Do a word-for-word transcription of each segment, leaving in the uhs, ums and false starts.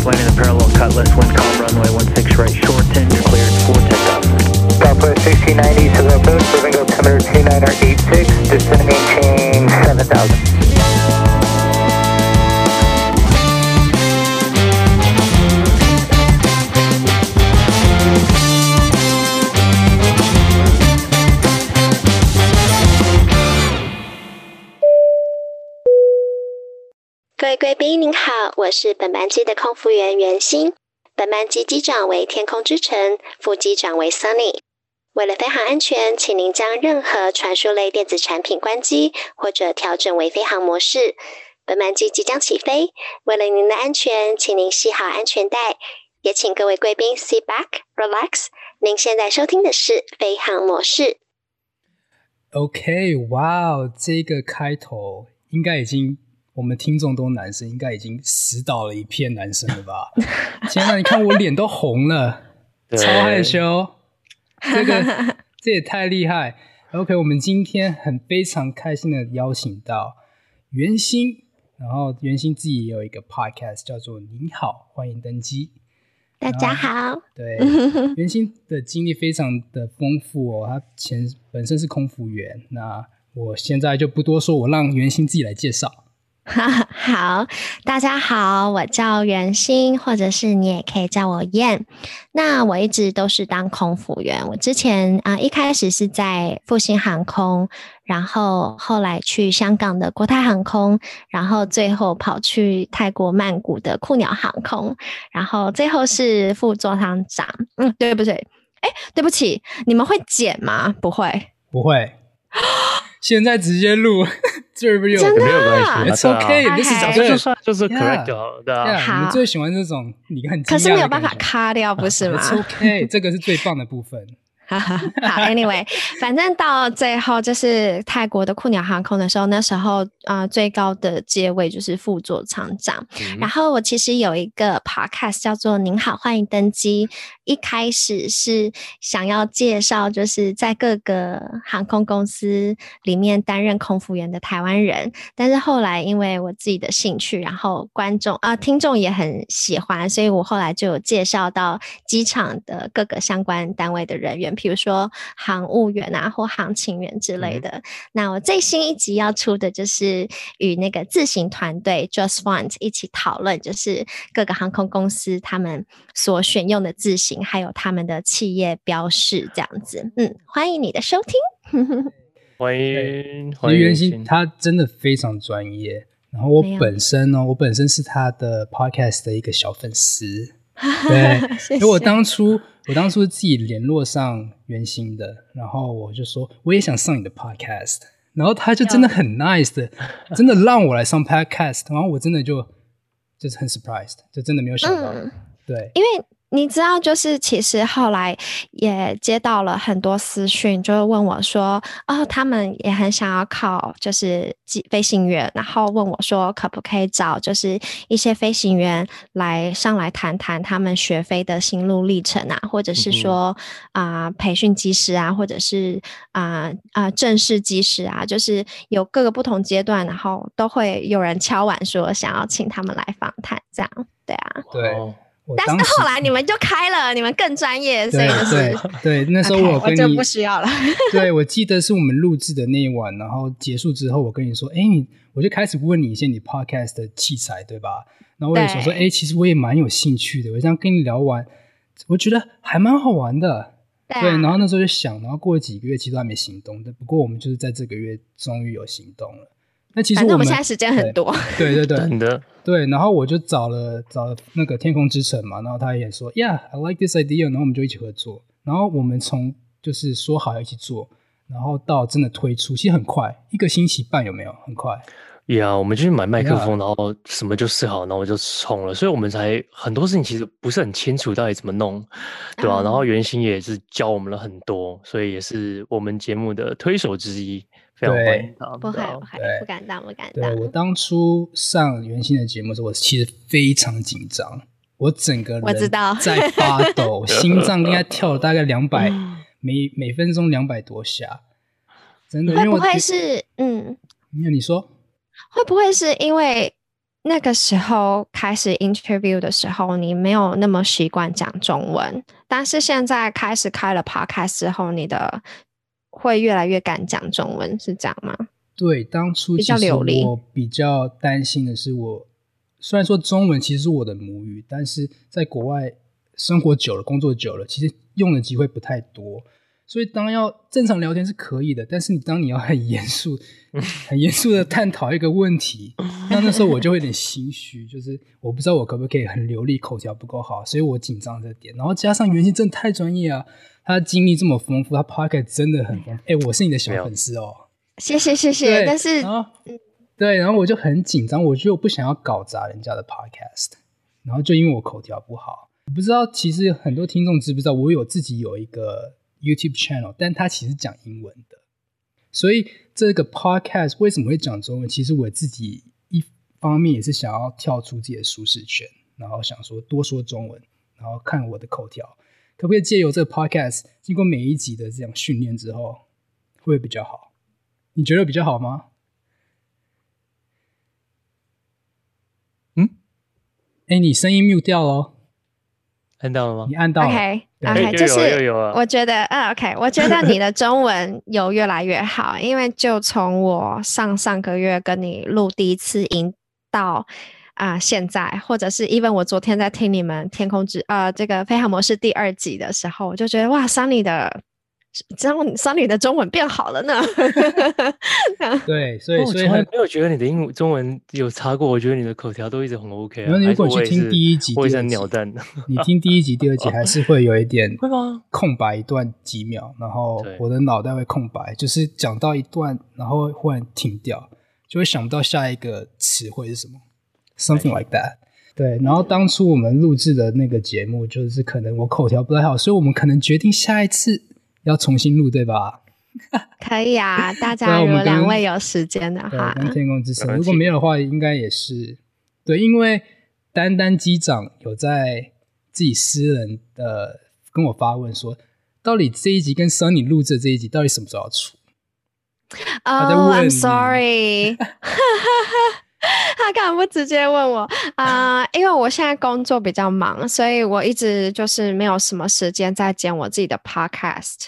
Landing the parallel cutlass, wind calm, runway one six right, shorten, cleared for takeoff. Southwest sixteen ninety, civil approach, moving altimeter two nine eight six, descending maintain seven thousand. 各位贵宾您好，我是本班机的空服员袁心。本班机机长为天空之城，副机长为 Sunny。为了飞行安全，请您将任何传输类电子产品关机，或者调整为飞行模式。本班机即将起飞，为了您的安全，请您系好安全带，也请各位贵宾 sit back, relax。您现在收听的是飞行模式。 OK， 哇哦，这个开头应该已经。我们听众都男生，应该已经死倒了一片男生了吧？天哪，你看我脸都红了，超害羞。这个这也太厉害。OK， 我们今天很非常开心的邀请到袁心，然后袁心自己也有一个 podcast 叫做您好，欢迎登机。 大家好。 对，袁心的经历非常的丰富哦，他前本身是空服员，那我现在就不多说，我让袁心自己来介绍。 好，大家好，我叫袁心，或者是你也可以叫我燕。那我一直都是当空服员，我之前啊、呃、一开始是在复兴航空，然后后来去香港的国泰航空，然后最后跑去泰国曼谷的酷鸟航空，然后最后是副座舱长。嗯，对不对？哎，对不起，你们会剪吗？不会， 不会。现在直接录，这不有真的没有关系 ，It's OK， 这是讲这就算就是 correct 的，对啊。 我们最喜欢这种你很惊讶的感觉， 可是没有办法卡掉，不是吗？ It's OK， 这个是最棒的部分。 好 ，Anyway， 反正到最后就是泰国的酷鸟航空的时候，那时候呃最高的阶位就是副座舱长。嗯、然后我其实有一个 podcast 叫做“您好，欢迎登机”。一开始是想要介绍就是在各个航空公司里面担任空服员的台湾人，但是后来因为我自己的兴趣，然后观众啊、呃、听众也很喜欢，所以我后来就有介绍到机场的各个相关单位的人员。比如说航务员啊或航勤员之类的、嗯、那我最新一集要出的就是与那个自行团队 Just Want 一起讨论，就是各个航空公司他们所选用的字型还有他们的企业标示这样子。嗯，欢迎你的收听。 欢迎欢迎袁心，他真的非常专业，然后我本身呢我本身是他的 podcast 的一个小粉丝。对， 谢谢。 因为我当初我当初自己联络上袁心的，然后我就说我也想上你的 podcast， 然后他就真的很 nice 的，真的让我来上 podcast， 然后我真的就就是很 surprised， 就真的没有想到，嗯、对， 因为你知道，就是其实后来也接到了很多私讯，就问我说，哦，他们也很想要考就是飞行员，然后问我说，可不可以找就是一些飞行员来上来谈谈他们学飞的心路历程啊，或者是说啊、嗯呃、培训机师啊，或者是啊啊、呃呃、正式机师啊，就是有各个不同阶段，然后都会有人敲碗说想要请他们来访谈，这样，对啊， 对。 但是后来你们就开了，你们更专业，所以就是对对，那时候我跟你、 okay, 我就不需要了。 对，我记得是我们录制的那一晚，然后结束之后，我跟你说，哎，你我就开始问你一些你 podcast 的器材，对吧？然后我也想说，哎，其实我也蛮有兴趣的。我这样跟你聊完，我觉得还蛮好玩的。对、啊，对，然后那时候就想，然后过了几个月，其实都还没行动的。不过我们就是在这个月终于有行动了。那其实我们，反正我们现在时间很多， 对对对， 真的对。然后我就找了找了那个天空之城嘛，然后他也说 ，Yeah, I like this idea， 然后我们就一起合作。然后我们从就是说好要一起做，然后到真的推出，其实很快，一个星期半有没有？很快。 呀、yeah, 我们就去买麦克风， yeah. 然后什么就试好，然后我就冲了。所以我们才很多事情其实不是很清楚到底怎么弄，对吧、啊？ 然后袁心也是教我们了很多，所以也是我们节目的推手之一。非常欢迎他， 不害不害，不敢当，不敢当。 对，我当初上袁心的节目的时候，我其实非常紧张，我整个人在发抖，心脏应该跳了大概两百每每分钟两百多下，真的。 会不会是嗯？ 没有，你说会不会是因为那个时候开始 interview 的时候，你没有那么习惯讲中文，但是现在开始开了 podcast 之后，你的会越来越敢讲中文，是这样吗？ 对，当初其实我比较担心的是我，我虽然说中文其实是我的母语，但是在国外生活久了，工作久了，其实用的机会不太多。所以当要正常聊天是可以的，但是你当你要很严肃很严肃的探讨一个问题，那那时候我就会有点心虚，就是我不知道我可不可以很流利，口条不够好，所以我紧张这点。然后加上元兴真的太专业啊，他的经历这么丰富，他 podcast 真的很丰富。哎、欸，我是你的小粉丝哦， 谢谢谢谢。但是然后对，然后我就很紧张，我就不想要搞砸人家的 podcast， 然后就因为我口条不好，我不知道其实很多听众知不知道，我有自己有一个YouTube channel， 但它其实讲英文的，所以这个 podcast 为什么会讲中文？其实我自己一方面也是想要跳出自己的舒适圈，然后想说多说中文，然后看我的口条，可不可以借由这个 podcast， 经过每一集的这样训练之后，会不会比较好？你觉得比较好吗？嗯，哎，你声音 mute 掉了， 按到了吗？ 你按到了。 OK OK， 就是我觉得，嗯 OK， 我觉得你的中文有越来越好，因为就从我上上个月跟你录第一次音到啊、呃、现在，或者是 even 我昨天在听你们天空之呃这个飞航模式第二集的时候，我就觉得哇 ，Sunny 的。Sunny 的中文变好了呢。 对，所以我从来没有觉得你的英文中文有差过，我觉得你的口条都一直很 OK 啊。 你如果去听第一集、 第二集，鸟蛋， 你听第一集、第二集还是会有一点会吗？ 空白一段几秒，然后我的脑袋会空白，就是讲到一段，然后忽然停掉，就会想不到下一个词汇是什么 ，something like that。对，然后当初我们录制的那个节目，就是可能我口条不太好，所以我们可能决定下一次要重新录，对吧？ 可以啊，大家如果两位有时间的话， 跟天空之城，如果没有的话，应该也是对，因为丹丹机长有在自己私人的跟我发问说，到底这一集跟 Sunny 录制这一集到底什么时候要出？ 哦、oh, ，I'm sorry 。他干嘛不直接问我啊、uh, 因为我现在工作比较忙，所以我一直就是没有什么时间在剪我自己的 podcast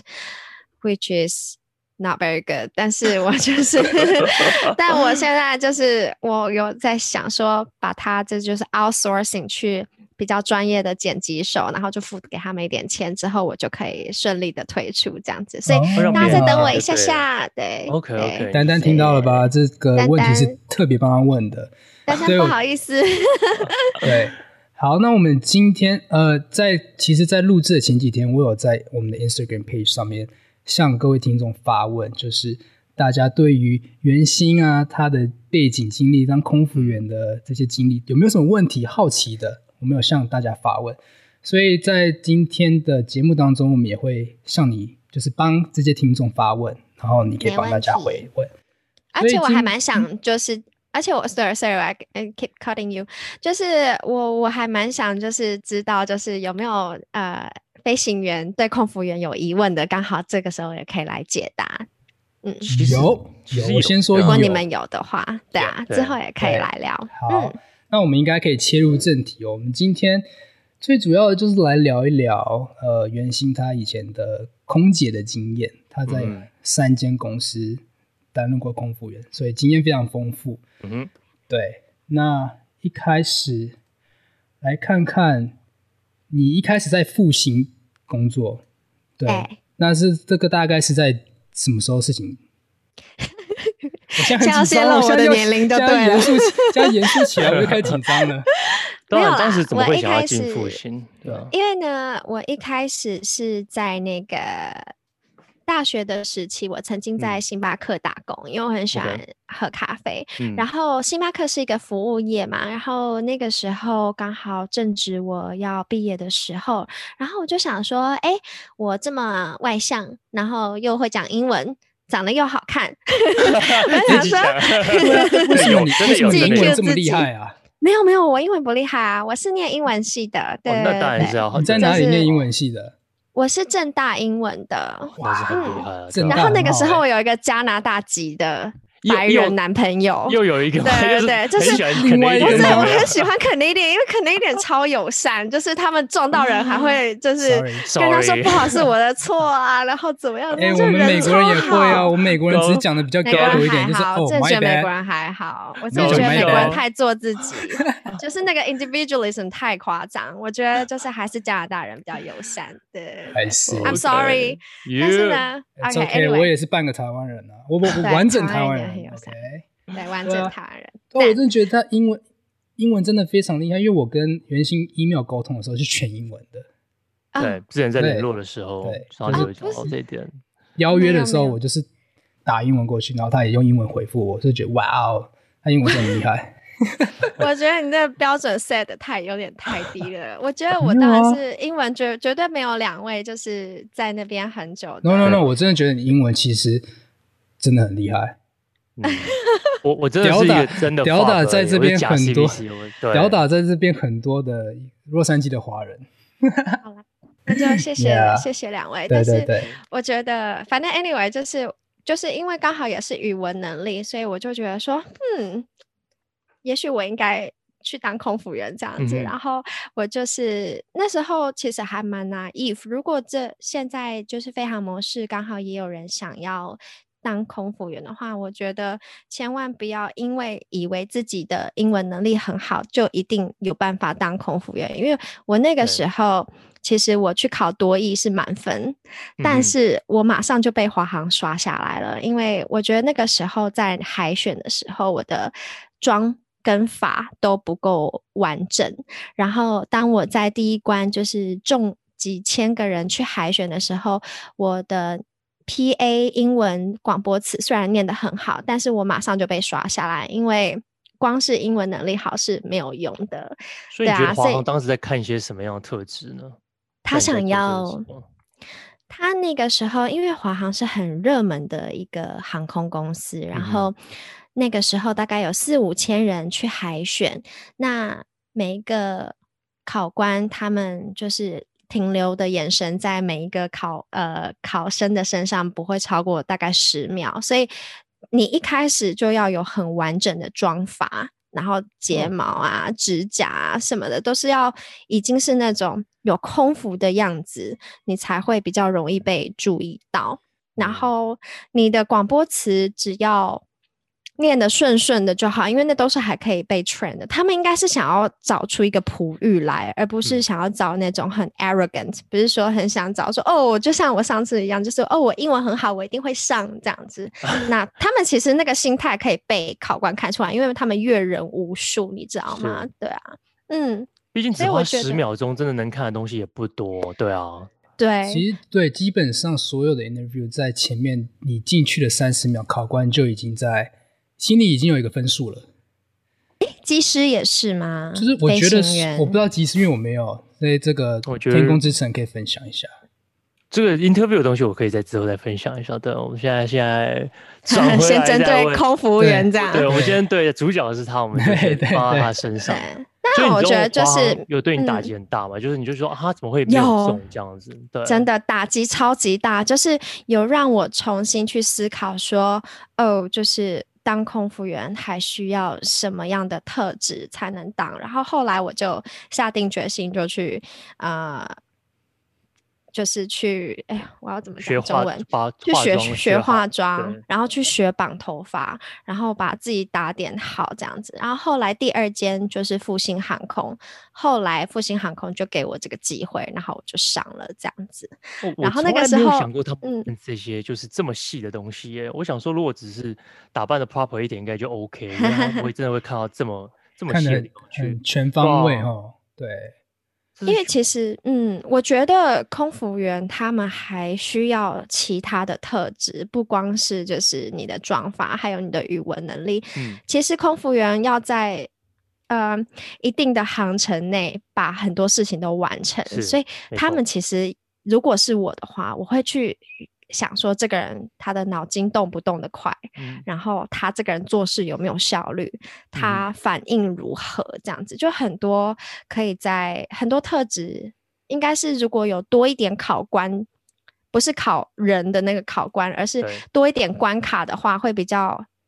which is not very good， 但是我就是但我现在就是我有在想说把它这就是 outsourcing 去比较专业的剪辑手，然后就付给他们一点钱之后，我就可以顺利的退出这样子，所以大家再等我一下下。对 ，OK OK， 丹丹听到了吧？这个问题是特别帮他问的， 丹丹不好意思。 对，好，那我们今天呃，在其实，在录制的前几天，我有在我们的 Instagram page 上面向各位听众发问，就是大家对于元兴啊，他的背景经历，当空服员的这些经历，有没有什么问题好奇的？我们有向大家发问，所以在今天的节目当中，我们也会向你就是帮这些听众发问，然后你可以帮大家回问。 而且我还蛮想就是。而且我 sorry sorry I keep cutting you， 就是我我还蛮想就是知道就是有没有呃飞行员对空服员有疑问的，刚好这个时候也可以来解答。嗯， 有有，我先说有， 如果你们有的话，对啊，之后也可以来聊。 好、嗯，那我们应该可以切入正题哦。我们今天最主要的就是来聊一聊呃元兴他以前的空姐的经验，他在三间公司担任过空服员，所以经验非常丰富。嗯哼，对。那一开始来看看，你一开始在复兴工作，对，欸、那是这个大概是在什么时候的事情？我现在很紧张， 我的年龄就对了， 现在严肃起来我就开始紧张了。 当然，当时怎么会想要进复兴？对啊， 因为呢，我一开始是在那个。大学的时期，我曾经在星巴克打工，嗯、因为我很喜欢喝咖啡。嗯、然后星巴克是一个服务业嘛，然后那个时候刚好正值我要毕业的时候，然后我就想说，哎，我这么外向，然后又会讲英文，长得又好看，我想说， 为什么你为什么你英文这么厉害啊？ 没有没有，我英文不厉害啊，我是念英文系的。对， 哦、那当然是要。 你在哪里念英文系的？ 我是正大英文的， 那是很厉害啊！ 嗯、然后那个时候我有一个加拿大籍的白人男朋友， 又有一个， 对对对，就是另外一个不是吗我很喜欢 Canadian， 因为 Canadian 超友善，就是他们撞到人还会就是跟他说不好是我的错啊，然后怎么样？ 哎、欸，我们美国人也会啊，我们美国人只是讲的比较高度一点，就是哦， 真的觉得 my bad 美国人还好，我真的觉得美国人太做自己，就是那个 individualism 太夸张，我觉得就是还是加拿大人比较友善。对， 还是 I'm sorry， 但是呢 ，OK，, okay anyway, 我也是半个台湾人啊，我我完整台湾人 ，OK， 对，完整台湾人。 我真的觉得他英文英文真的非常厉害，因为我跟袁心 email 沟通的时候是全英文的。 对，之前在联络的时候， 对， 然后就有讲到这一点。 邀约的时候，我就是打英文过去，然后他也用英文回复我，就觉得哇哦，他英文真的厉害。 我觉得你这个标准 set 的太有点太低了。我觉得我当然是英文绝绝对没有两位就是在那边很久的。 No no no， 我真的觉得你英文其实真的很厉害。 嗯、我我真的是一个真的屌打在这边很多，屌打在这边很多的洛杉矶的华人。 好了，那就谢谢、yeah, 谢谢两位。 对对对， 但是我觉得反正 anyway 就是就是因为刚好也是语文能力，所以我就觉得说，嗯，也许我应该去当空服员这样子。嗯、然后我就是那时候其实还蛮 naive， 如果这现在就是飞航模式刚好也有人想要当空服员的话，我觉得千万不要因为以为自己的英文能力很好就一定有办法当空服员。因为我那个时候其实我去考多益是满分，但是我马上就被华航刷下来了。因为我觉得那个时候在海选的时候我的妆跟法都不够完整，然后当我在第一关就是中几千个人去海选的时候，我的P A 英文广播词虽然念得很好，但是我马上就被刷下来，因为光是英文能力好是没有用的。 所以你觉得华航当时在看一些什么样的特质呢？ 他想要他那个时候因为华航是很热门的一个航空公司，然后那个时候大概有四五千人去海选，那每一个考官他们就是停留的眼神在每一个考呃考生的身上不会超过大概十秒，所以你一开始就要有很完整的妆法，然后睫毛啊、嗯、指甲啊什么的都是要已经是那种有空服的样子，你才会比较容易被注意到。然后你的广播词只要念得顺顺的就好，因为那都是还可以被 train 的。他们应该是想要找出一个璞玉来，而不是想要找那种很 arrogant、嗯、不是说很想找说哦，就像我上次一样，就是哦我英文很好，我一定会上这样子。那他们其实那个心态可以被考官看出来，因为他们阅人无数，你知道吗？对啊，嗯， 毕竟只花十秒钟，真的能看的东西也不多，对啊。 对， 其实对，基本上所有的 interview 在前面你进去的三十秒，考官就已经在心里已经有一个分数了。 诶，机师也是吗？ 就是我觉得我不知道机师，因为我没有，所以这个天空之城可以分享一下。 这个 interview 的东西我可以在之后再分享一下。对，我们现在现在转回来先针对空服员这样。 对，对我们今天对主角是他，我们就放在他身上。 那我觉得就是有对你打击很大嘛、嗯？就是你就说啊，他怎么会没有中这样子？对， 真的打击超级大，就是有让我重新去思考说，哦，就是当空服员还需要什么样的特质才能当？然后后来我就下定决心，就去呃。就是去，哎呀，我要怎么讲中文？去学学化妆，然后去学绑头发，然后把自己打点好这样子。然后后来第二间就是复兴航空，后来复兴航空就给我这个机会，然后我就上了这样子。然后那个时候我从来没有想过他们这些就是这么细的东西耶。嗯、我想说，如果只是打扮的 proper 一点，应该就 OK。因为他不会真的会看到这么这么细的很全方位哦，对。 因为其实嗯我觉得空服员他们还需要其他的特质，不光是就是你的妆法还有你的语文能力、嗯、其实空服员要在呃一定的航程内把很多事情都完成，所以他们其实如果是我的话，我会去想说这个人他的脑筋动不动得快、嗯、然后他这个人做事有没有效率，他反应如何，这样子就很多可以在很多特质应该是如果有多一点考官，不是考人的那个考官，而是多一点关卡的话会比较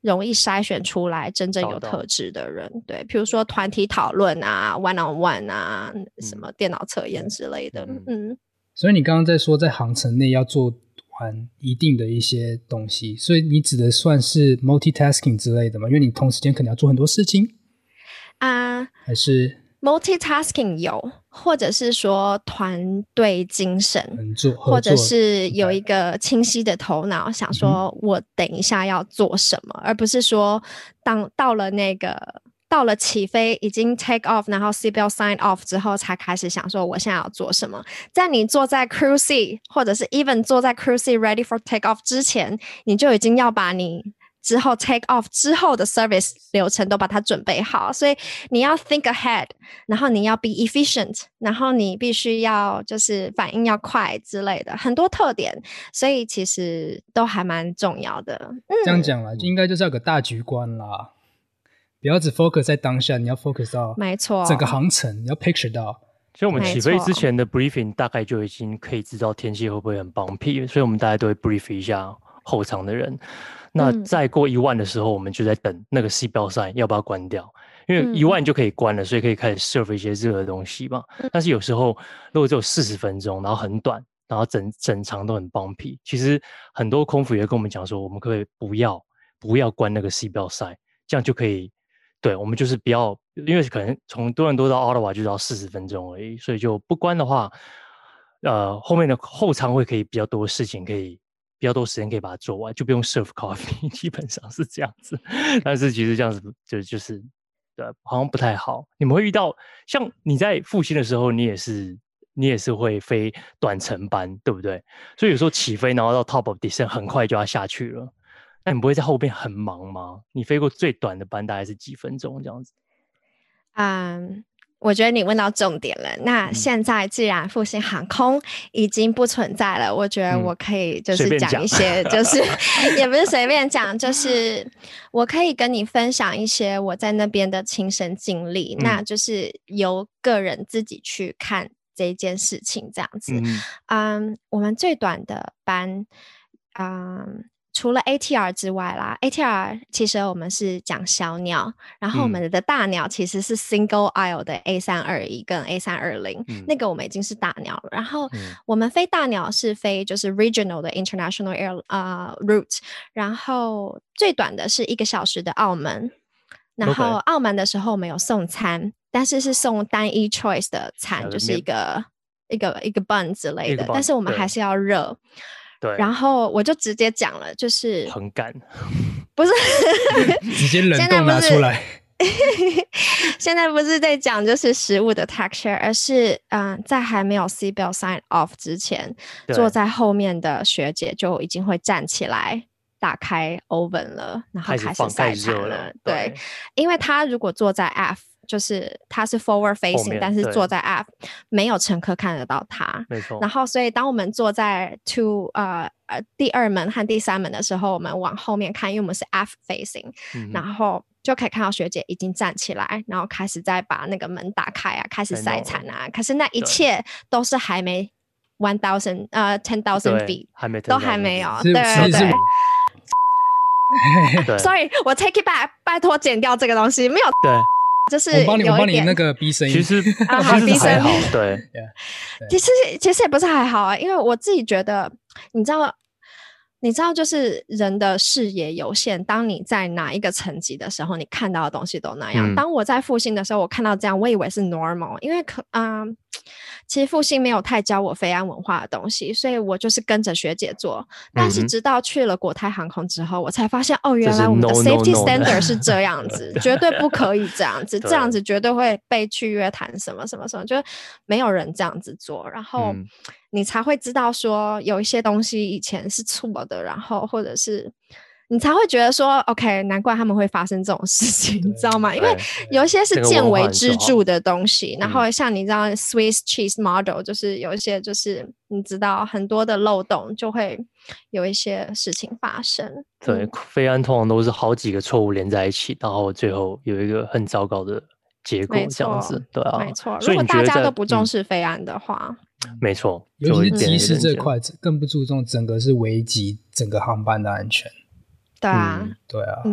容易筛选出来真正有特质的人。对，比如说团体讨论啊 one on one 啊、嗯、什么电脑测验之类的。 嗯, 嗯所以你刚刚在说在航程内要做完一定的一些东西，所以你指的算是 multitasking 之类的吗？因为你同时间可能要做很多事情啊、呃，还是 multitasking 有，或者是说团队精神， 做或者是有一个清晰的头脑，想说我等一下要做什么、嗯、而不是说当到了那个到了起飞已经 take off 然后 seatbelt sign off 之后才开始想说我现在要做什么。在你坐在 cruise seat 或者是 even 坐在 cruise seat ready for take off 之前，你就已经要把你之后 take off 之后的 service 流程都把它准备好。所以你要 think ahead， 然后你要 be efficient， 然后你必须要就是反应要快之类的，很多特点，所以其实都还蛮重要的、嗯、 这样讲啦，应该就是要有个大局观啦，不要只 focus 在当下，你要 focus 到没错整个航程，你要 picture 到。 所以我们起飞之前的 briefing 大概就已经可以知道天气会不会很 bumpy， 所以我们大家都会 brief 一下后舱的人。那再过一万的时候、嗯、我们就在等那个 seatbelt sign 要不要关掉，因为一万就可以关了、嗯、所以可以开始 serve 一些热的东西嘛、嗯、但是有时候如果只有四十分钟然后很短，然后整整场都很 bumpy， 其实很多空服也跟我们讲说我们可不可以不要不要关那个 seatbelt sign， 这样就可以，对，我们就是不要，因为可能从多伦多到 Ottawa 就要四十分钟而已，所以就不关的话呃，后面的后舱会可以比较多事情，可以比较多时间可以把它做完，就不用 serve coffee， 基本上是这样子。但是其实这样子就就是对，好像不太好。你们会遇到像你在复兴的时候，你也是你也是会飞短程班，对不对？所以有时候起飞然后到 top of descent 很快就要下去了，那你不会在后面很忙吗？你飞过最短的班大概是几分钟这样子？ 嗯，我觉得你问到重点了。那现在既然复兴航空已经不存在了，我觉得我可以就是讲一些，就是也不是随便讲，就是我可以跟你分享一些我在那边的亲身经历、嗯、那就是由个人自己去看这件事情这样子。嗯, 嗯，我们最短的班嗯除了 A T R 之外啦 A T R 其实我们是讲小鸟，然后我们的大鸟其实是 single aisle 的 A 三二一 跟 A 三二零、嗯、那个我们已经是大鸟了。然后我们飞大鸟是飞就是 regional 的 international air、uh, route， 然后最短的是一个小时的澳门，然后澳门的时候我们有送餐，但是是送单一 choice 的餐，就是一个一个一个 bun 之类的，但是我们还是要热。对，然后我就直接讲了，就是很赶， 不是直接冷冻拿出来。 现在不是在讲就是食物的 texture， 而是嗯、呃，在还没有 seatbelt sign off 之前，坐在后面的学姐就已经会站起来打开 oven 了，然后开始晒餐了。了对，因为他如果坐在 F，就是他是 forward facing， 但是坐在 F 没有乘客看得到他， 没错。 然后所以当我们坐在 two 呃呃第二门和第三门的时候，我们往后面看，因为我们是 F facing，、嗯、然后就可以看到学姐已经站起来，然后开始再把那个门打开啊，开始塞餐啊。可是那一切都是还没 one thousand 呃 ten thousand feet， 还没都还没有，对对对。Sorry， 我 take it back， 拜托剪掉这个东西，没有。 对。 就是我帮你，我帮你那个逼声音。 其实啊，好，逼声好，对。 其实其实也不是还好啊，因为我自己觉得，你知道，你知道，就是人的视野有限。当你在哪一个层级的时候，你看到的东西都那样。嗯、当我在复兴的时候，我看到这样，我以为是 normal， 因为可啊、呃，其实复兴没有太教我飞安文化的东西，所以我就是跟着学姐做。但是直到去了国泰航空之后，我才发现，哦，原来我们的 safety standard 是这样子，绝对不可以这样子，这样子绝对会被去约谈什么什么什么，就没有人这样子做。然后你才会知道说，有一些东西以前是错的，然后或者是。你才会觉得说 OK 难怪他们会发生这种事情，你知道吗？因为有一些是见微知著的东西，然后像你知道 Swiss cheese model 就是有一些就是你知道很多的漏洞就会有一些事情发生。 对、嗯、飞安通常都是好几个错误连在一起，然后最后有一个很糟糕的结果这样子。对啊， 没错。如果大家都不重视飞安的话、 嗯、没错， 尤其是机师这块更不注重整个是危及整个航班的安全。 对啊、 嗯、对啊、 嗯、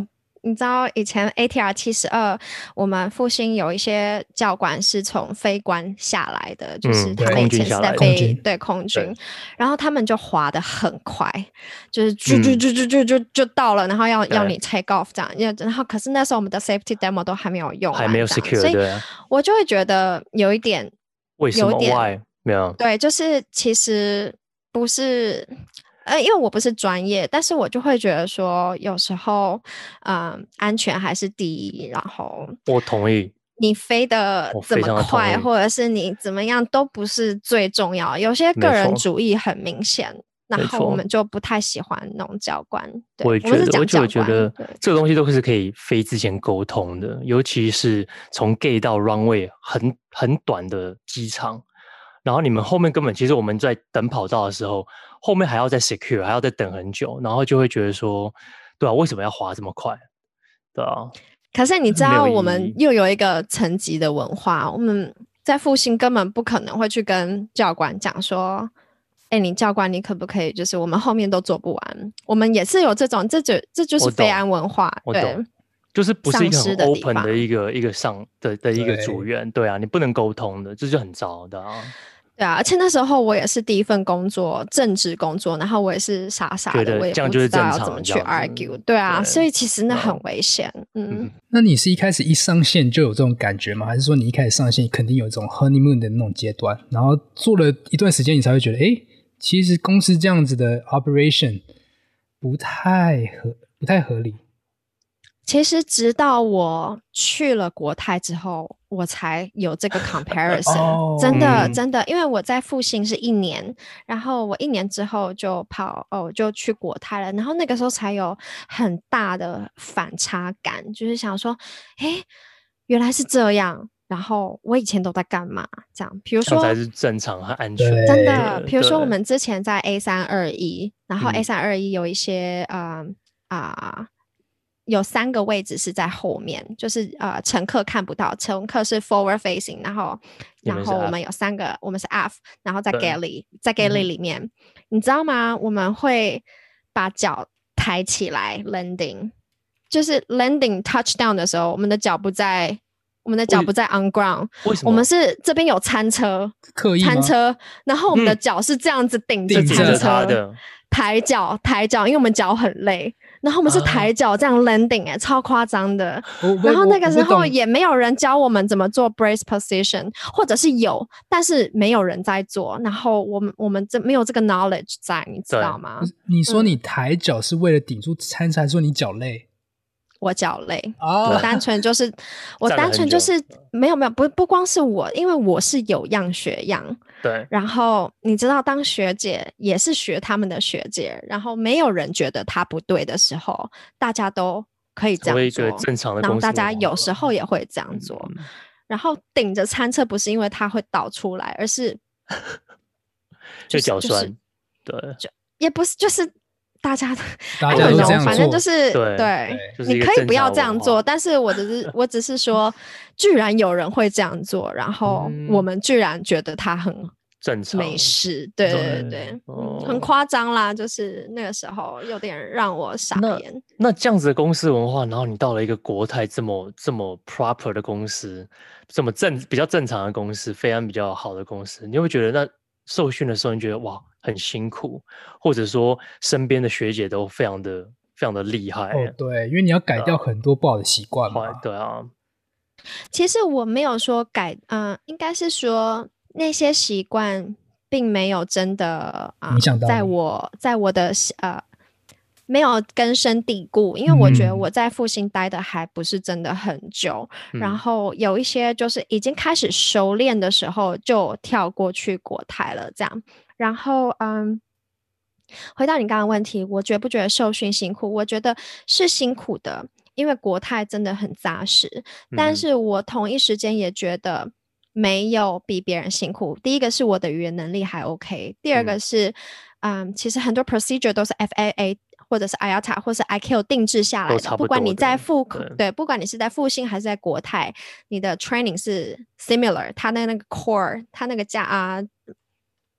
你知道以前 A T R 七十二，我们复兴有一些教官是从飞官下来的，就是他们以前是在飞、嗯、对空军，然后他们就滑得很快，就是就就就就就就就到了，然后要要你 take off 这样，然后可是那时候我们的 safety demo 都还没有用完， 还没有 secure， 所以我就会觉得有一点为什么有一点 why 没有对，就是其实不是。呃，因为我不是专业，但是我就会觉得说，有时候，嗯，安全还是第一。然后， 我同意， 你飞得怎么快，或者是你怎么样，都不是最重要。有些个人主义很明显，然后我们就不太喜欢那种教官。对， 我也觉得，我就觉得这个东西都是可以飞之前沟通的，尤其是从 gate 到 runway 很很短的机场。然后你们后面根本其实我们在等跑道的时候，后面还要再 secure， 还要再等很久，然后就会觉得说，对啊，为什么要滑这么快？对啊。 可是你知道，我们又有一个层级的文化，我们在复兴根本不可能会去跟教官讲说，哎，你教官你可不可以？就是我们后面都做不完，我们也是有这种，这就这就是飞安文化，对。 就是不是一个很 open 的一个一个上的的一个组员，对啊，你不能沟通的，这就很糟的啊。 对啊，而且那时候我也是第一份工作，正职工作，然后我也是傻傻的，我也不知道要怎么去 argue， 对啊，对，所以其实那很危险。嗯， 那你是一开始一上线就有这种感觉吗？还是说你一开始上线肯定有这种 honeymoon 的那种阶段，然后做了一段时间，你才会觉得，哎，其实公司这样子的 operation 不太合，不太合理。 其实直到我去了国泰之后，我才有这个 comparison、oh, 真的、嗯、真的，因为我在复兴是一年，然后我一年之后就跑哦，就去国泰了，然后那个时候才有很大的反差感，就是想说，诶，原来是这样，然后我以前都在干嘛？这样，比如说， 这样才是正常和安全。 真的，比如说我们之前在 A 三二一，然后 A 三二一有一些呃啊。呃有三个位置是在后面，就是呃乘客看不到，乘客是 forward facing， 然后然后我们有三个，我们是 F， 然后在 galley， 在 galley 里面、嗯，你知道吗？我们会把脚抬起来 landing， 就是 landing touchdown 的时候，我们的脚不在，我们的脚不在 on ground， 为什么？ 我们是这边有餐车， 刻意吗？ 餐车，然后我们的脚是这样子顶着餐车的。嗯抬脚抬脚，因为我们脚很累，然后我们是抬脚这样 landing 哎、欸，超夸张的。然后那个时候也没有人教我们怎么做 brace position， 或者是有，但是没有人在做。然后我们我们这没有这个 knowledge 在，你知道吗？ 你说你抬脚是为了顶住餐车，还是说你脚累？ 我脚累、oh. 我单纯就是我单纯就是没有没有不不光是我，因为我是有样学样， 对， 然后你知道当学姐也是学他们的学姐，然后没有人觉得他不对的时候，大家都可以这样做， 一个正常的公司， 然后大家有时候也会这样做、嗯、然后顶着餐车不是因为它会倒出来，而是就脚酸、就是、 对，就也不是就是大家大家都这样做， 反正就是对, 对、 就是、 你可以不要这样做，但是我只是我只是说居然有人会这样做，然后我们居然觉得他很正常没事，对对 对, 对、哦嗯、很夸张啦，就是那个时候有点让我傻眼。 那, 那这样子的公司文化，然后你到了一个国泰这么这么 proper 的公司，这么正比较正常的公司，飞安比较好的公司，你会觉得那受训的时候你觉得哇很辛苦，或者说身边的学姐都非常的非常的厉害哦，对，因为你要改掉很多不好的习惯嘛。 对啊， 其实我没有说改，嗯、呃，应该是说那些习惯并没有真的啊、呃，在我在我的呃没有根深蒂固，因为我觉得我在复兴待的还不是真的很久、嗯、然后有一些就是已经开始熟练的时候就跳过去国泰了这样。然后嗯，回到你刚刚的问题，我觉不觉得受训辛苦？我觉得是辛苦的，因为国泰真的很扎实、嗯、但是我同一时间也觉得没有比别人辛苦。第一个是我的语言能力还 OK， 第二个是 嗯, 嗯，其实很多 procedure 都是 F A A或者是 I A T A 或者是 I C A O 定制下来的，不, 不管你在复对, 对，不管你是在复兴还是在国泰，你的 training 是 similar， 它的那个 core， 它那个架啊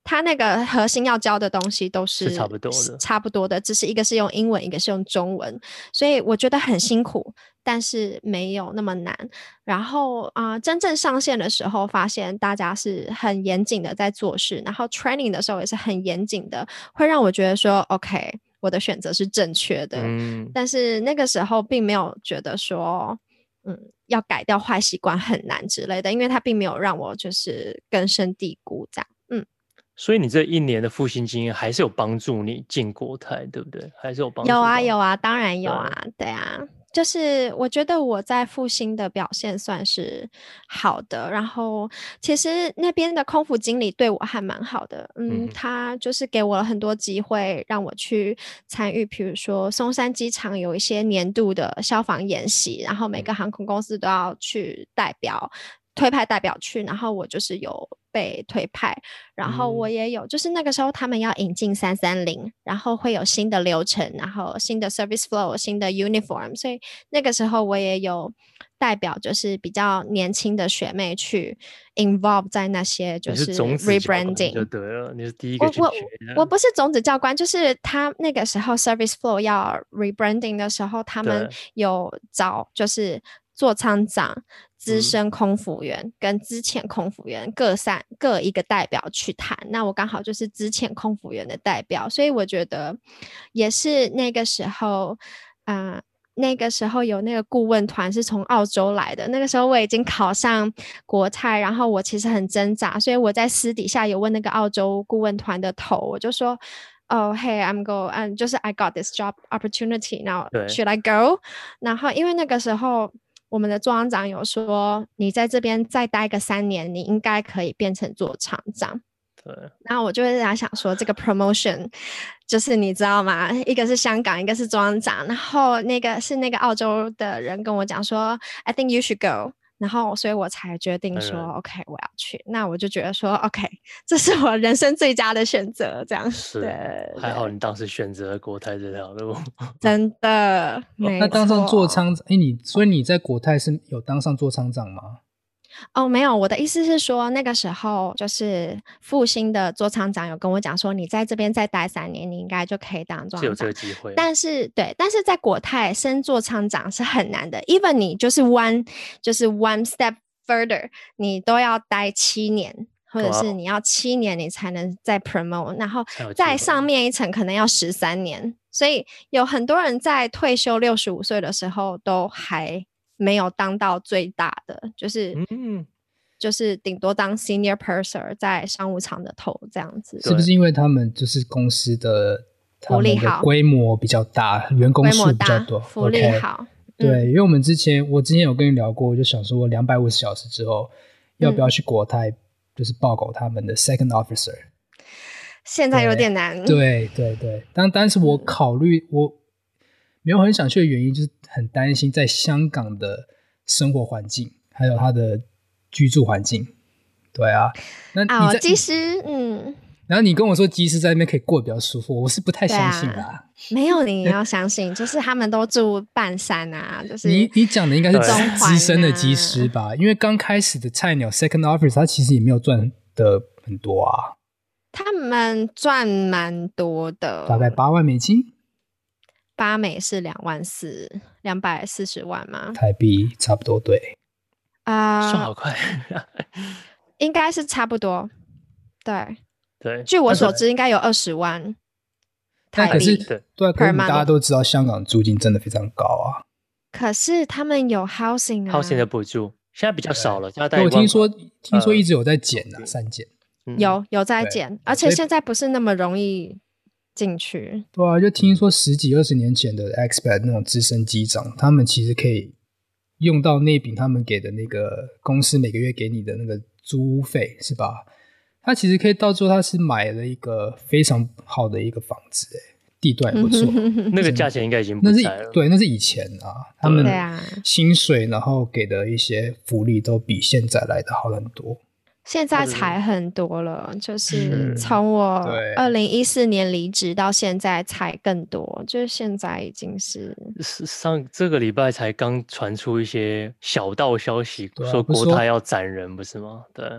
它那个核心要教的东西都是是差不多的差不多的，只是一个是用英文，一个是用中文，所以我觉得很辛苦，但是没有那么难。然后啊、呃，真正上线的时候，发现大家是很严谨的在做事，然后 training 的时候也是很严谨的，会让我觉得说 OK， 我的选择是正确的。嗯，但是那个时候并没有觉得说嗯，要改掉坏习惯很难之类的，因为它并没有让我就是根深蒂固这样。嗯， 所以你这一年的复兴经验还是有帮助你进国泰，对不对？还是有帮助？ 有啊有啊，当然有啊，对啊，就是我觉得我在复兴的表现算是好的，然后其实那边的空服经理对我还蛮好的，嗯，嗯他就是给我了很多机会让我去参与，比如说松山机场有一些年度的消防演习，然后每个航空公司都要去代表推派代表去，然后我就是有被推派，然后我也有、嗯、就是那个时候他们要引进三三零，然后会有新的流程，然后新的 service flow， 新的 uniform， 所以那个时候我也有代表就是比较年轻的学妹去 involve 在那些就是 rebranding 就对了，你是第一个去学的。 我, 我, 我不是种子教官，就是他那个时候 service flow 要 rebranding 的时候，他们有找就是座舱长、资深空服员、嗯、跟资浅空服员各三各一个代表去谈，那我刚好就是资浅空服员的代表，所以我觉得也是那个时候呃那个时候有那个顾问团是从澳洲来的，那个时候我已经考上国泰，然后我其实很挣扎，所以我在私底下有问那个澳洲顾问团的头，我就说哦、oh, hey I'm go and 就是 I got this job opportunity now should I go， 然后因为那个时候我们的座舱长有说你在这边再待个三年你应该可以变成座舱长，对，然后我就会在想说这个 promotion 就是你知道吗，一个是香港一个是座舱长，然后那个是那个澳洲的人跟我讲说 I think you should go， 然后所以我才决定说、嗯、OK 我要去，那我就觉得说 OK 这是我人生最佳的选择，这样是对，还好你当时选择了国泰这条路真的没错。 那当上座舱哎，你所以你在国泰是有当上座舱长吗？ 哦，没有，我的意思是说那个时候就是复兴的座舱长有跟我讲说你在这边再待三年你应该就可以当座舱长， 是有这个机会， 但是对，但是在国泰升座舱长是很难的， even 你就是 one 就是 one step further 你都要待七年，或者是你要七年你才能再 promote， 然后在上面一层可能要十三年，所以有很多人在退休六十五岁的时候都还没有当到最大的，就是、嗯、就是顶多当 senior purser 在商务舱的头这样子。 是不是因为他们就是公司的他们的规模比较大，员工数比较多， 福利好、 okay 对、嗯、因为我们之前我之前有跟你聊过，我就想说两百五十小时之后要不要去国泰就是报考他们的 second officer， 现在有点难。 对对对，但但是我考虑我没有很想去的原因就是很担心在香港的生活环境还有他的居住环境。对啊，那你在、 哦、机师嗯， 然后你跟我说机师在那边可以过得比较舒服，我是不太相信啦、啊、 没有，你要相信就是他们都住半山啊，就是你你讲的应该是资深的机师吧，因为刚开始的菜鸟 second officer 他其实也没有赚的很多啊， 他们赚蛮多的， 大概八万美金， 八美是两万四，两百四十万吗？ 台币差不多，对。 啊、 算好快， 应该是差不多。对对， 据我所知应该有二十万台币。 可是对啊，可是大家都知道香港租金真的非常高啊。 可是他们有 housing 啊 ，housing 的补助现在比较少了。 我听说听说一直有在减啊，删、呃、减。 有有在减，而且现在不是那么容易进去。 对啊，就听说十几二十年前的 expat 那种资深机长，他们其实可以用到那笔他们给的那个公司每个月给你的那个租屋费，是吧？他其实可以到最后他是买了一个非常好的一个房子，地段也不错。 那个价钱应该已经不在了。 对，那是以前啊，他们薪水然后给的一些福利都比现在来的好很多。 现在才很多了，就是从我二零一四年离职到现在才更多，就是现在已经是上这个礼拜才刚传出一些小道消息，说国泰要斩人，不是吗？对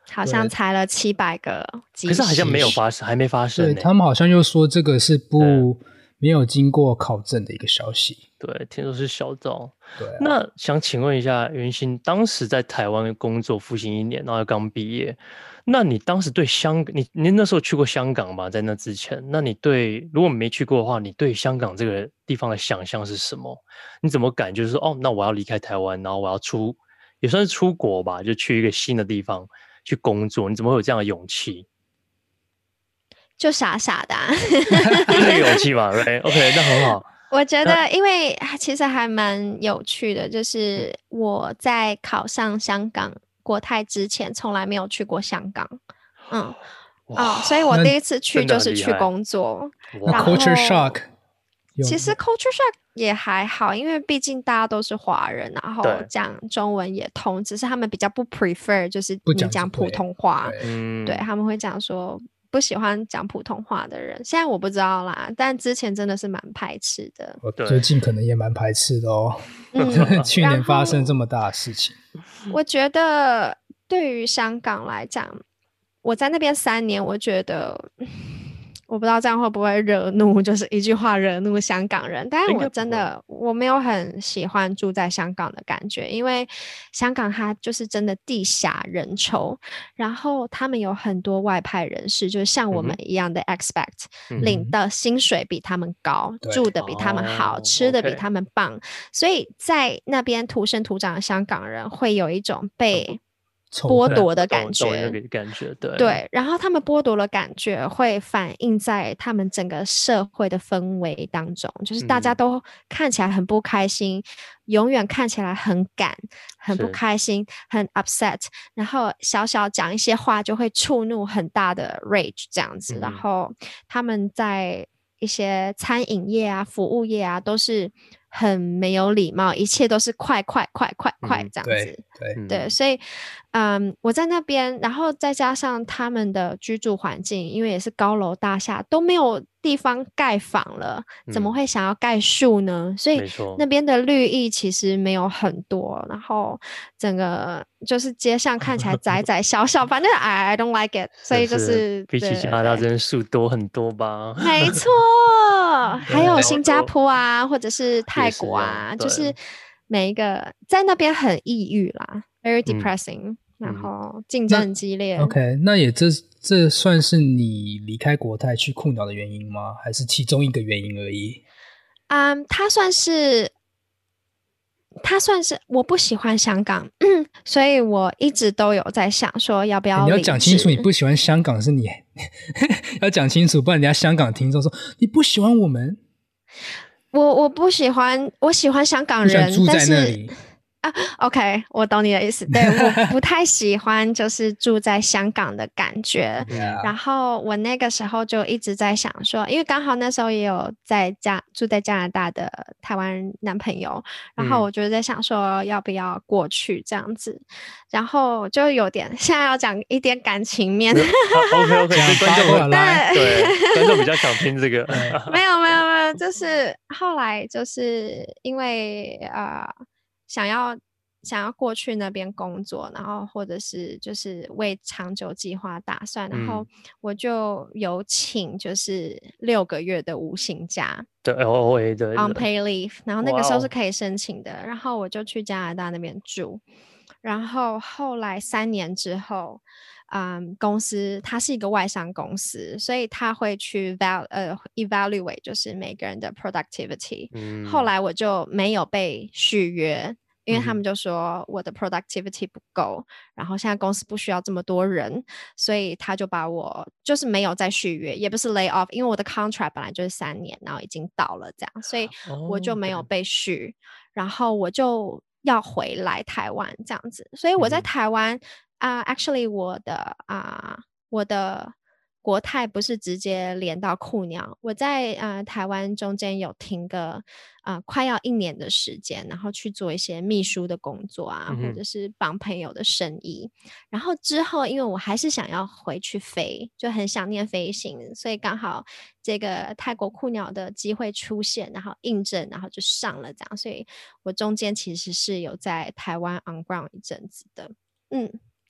好像裁了七百个机可是好像师没有发生，还没发生、欸。 对，他们好像又说这个是不没有经过考证的一个消息。 对，听说是小道。 对、啊， 那想请问一下元兴，当时在台湾工作复兴一年，然后又刚毕业，那你当时对香港，你你那时候去过香港吗？在那之前，那你对如果没去过的话，你对香港这个地方的想象是什么？你怎么感觉说，哦，那我要离开台湾，然后我要出，也算是出国吧，就去一个新的地方去工作，你怎么会有这样的勇气？ 就傻傻的、啊， 就是这个勇气嘛，对 ，OK， 那很好。 我觉得，因为其实还蛮有趣的，就是我在考上香港国泰之前，从来没有去过香港，嗯，哦，所以我第一次去就是去工作。 那 culture shock， 其实 culture shock 也还好，因为毕竟大家都是华人，然后讲中文也通，只是他们比较不 prefer 就是你讲普通话， 对， 对，他们会讲说。不喜欢讲普通话的人，现在我不知道啦，但之前真的是蛮排斥的。 我最近可能也蛮排斥的哦。嗯、去年发生这么大的事情， 我觉得对于香港来讲，我在那边三年，我觉得我不知道这样会不会惹怒，就是一句话惹怒香港人。但是我真的我没有很喜欢住在香港的感觉，因为香港它就是真的地狭人稠，然后他们有很多外派人士，就是像我们一样的 expat，、嗯、领的薪水比他们高，住的比他们好，哦、吃的比他们棒，所以在那边土生土长的香港人会有一种被剥夺的感觉， 感觉对对，然后他们剥夺的感觉会反映在他们整个社会的氛围当中，就是大家都看起来很不开心，嗯、永远看起来很赶，很不开心，很 upset， 然后小小讲一些话就会触怒很大的 rage 这样子，嗯、然后他们在一些餐饮业啊、服务业啊都是很没有礼貌，一切都是快快快快快这样子， 嗯、对 对, 对，所以嗯，我在那边，然后再加上他们的居住环境，因为也是高楼大厦，都没有地方盖房了，怎么会想要盖树呢？嗯、所以那边的绿意其实没有很多，然后整个就是街上看起来窄窄小小，反正 I I don't like it， 所以就是比起加拿大这边树多很多吧？ 没错，还有新加坡啊，或者是泰国啊，就是每一个在那边很抑郁啦 ，very depressing，、嗯。然后竞争很激烈。 OK， 那也这这算是你离开国泰去酷鸟的原因吗？还是其中一个原因而已？ 嗯，um, 它算是，它算是我不喜欢香港，所以我一直都有在想说要不要。 你要讲清楚，你不喜欢香港是你要讲清楚，不然人家香港听众说你不喜欢我们。 我我不喜欢，我喜欢香港人， 住在那里。 啊 ，OK， 我懂你的意思。对，我不太喜欢就是住在香港的感觉。 Yeah. 然后我那个时候就一直在想说，因为刚好那时候也有在加住在加拿大的台湾男朋友，然后我就在想说要不要过去这样子。嗯、然后就有点现在要讲一点感情面。 OK OK， 观众对对观众比较想听这个。 没有没有没有，就是后来就是因为呃。想要想要过去那边工作，然后或者是就是为长久计划打算，然后我就有请就是六个月的无薪假， 对 L O A 的 unpaid leave， 然后那个时候是可以申请的， wow. 然后我就去加拿大那边住，然后后来三年之后。嗯，公司它是一个外商公司，所以他会去 val 呃 evaluate 就是每个人的 productivity、嗯。后来我就没有被续约，因为他们就说我的 productivity 不够，嗯、然后现在公司不需要这么多人，所以他就把我就是没有再续约，也不是 lay off， 因为我的 contract 本来就是三年，然后已经到了这样，所以我就没有被续，哦、然后我就要回来台湾这样子，所以我在台湾。嗯啊、uh, ，actually， 我的啊， uh, 我的国泰不是直接连到酷鸟，我在啊、uh, 台湾中间有停个啊、uh, 快要一年的时间，然后去做一些秘书的工作啊，嗯、或者是帮朋友的生意。然后之后，因为我还是想要回去飞，就很想念飞行，所以刚好这个泰国酷鸟的机会出现，然后应征，然后就上了这样，所以我中间其实是有在台湾 on ground 一阵子的，嗯。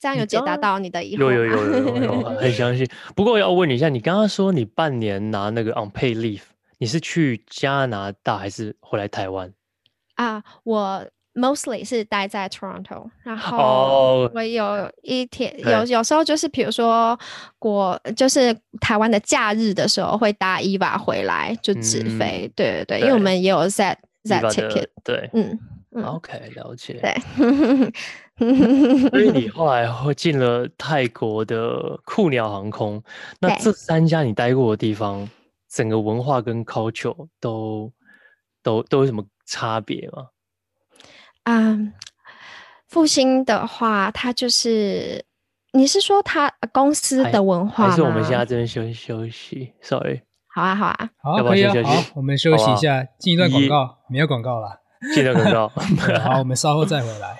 这样有解答到你的疑惑有吗？ 有有有有有，很相信。不过要问你一下，你刚刚说你半年拿那个 unpaid leave，你是去加拿大还是回来台湾？ 啊，我 mostly 是待在 Toronto， 然后哦， 我有一天对有有时候就是比如说国就是台湾的假日的时候会搭 E V A 回来就直飞， 嗯对对对， 对因为我们也有 Z Z Viva ticket， 的对嗯嗯， ，OK，了解。 对， 所以你后来会进了泰国的酷鸟航空，那对这三家你待过的地方，整个文化跟 culture 都都都有什么差别吗？ 啊，复兴的话，它就是你是说它公司还的文还化吗？ 是我们现在这边休息休息？Sorry， 好啊好啊， 好， 要不要可以啊， 先休息？ 好，我们休息一下，进一段广告，没有广告啦。 记得广告。 对，好，我们稍后再回来。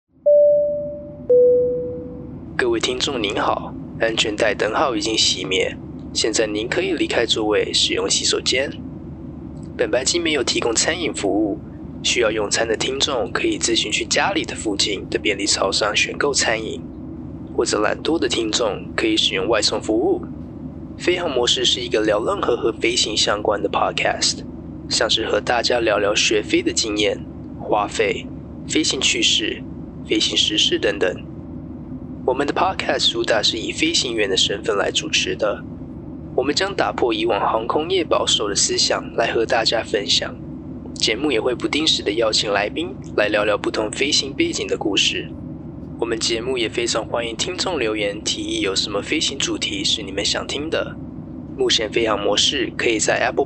各位听众您好，安全带灯号已经熄灭，现在您可以离开座位，使用洗手间。本班机没有提供餐饮服务，需要用餐的听众可以自行去家里的附近的便利超商选购餐饮，或者懒惰的听众可以使用外送服务。飞航模式是一个聊任何和飞行相关的 podcast， 像是和大家聊聊学飞的经验、花费、飞行趣事、飞行时事等等。我们的 podcast 主打是以飞行员的身份来主持的，我们将打破以往航空业保守的思想来和大家分享。节目也会不定时的邀请来宾来聊聊不同飞行背景的故事。我们节目也非常欢迎听众留言提议有什么飞行主题是你们想听的。目前飞航模式可以在 Apple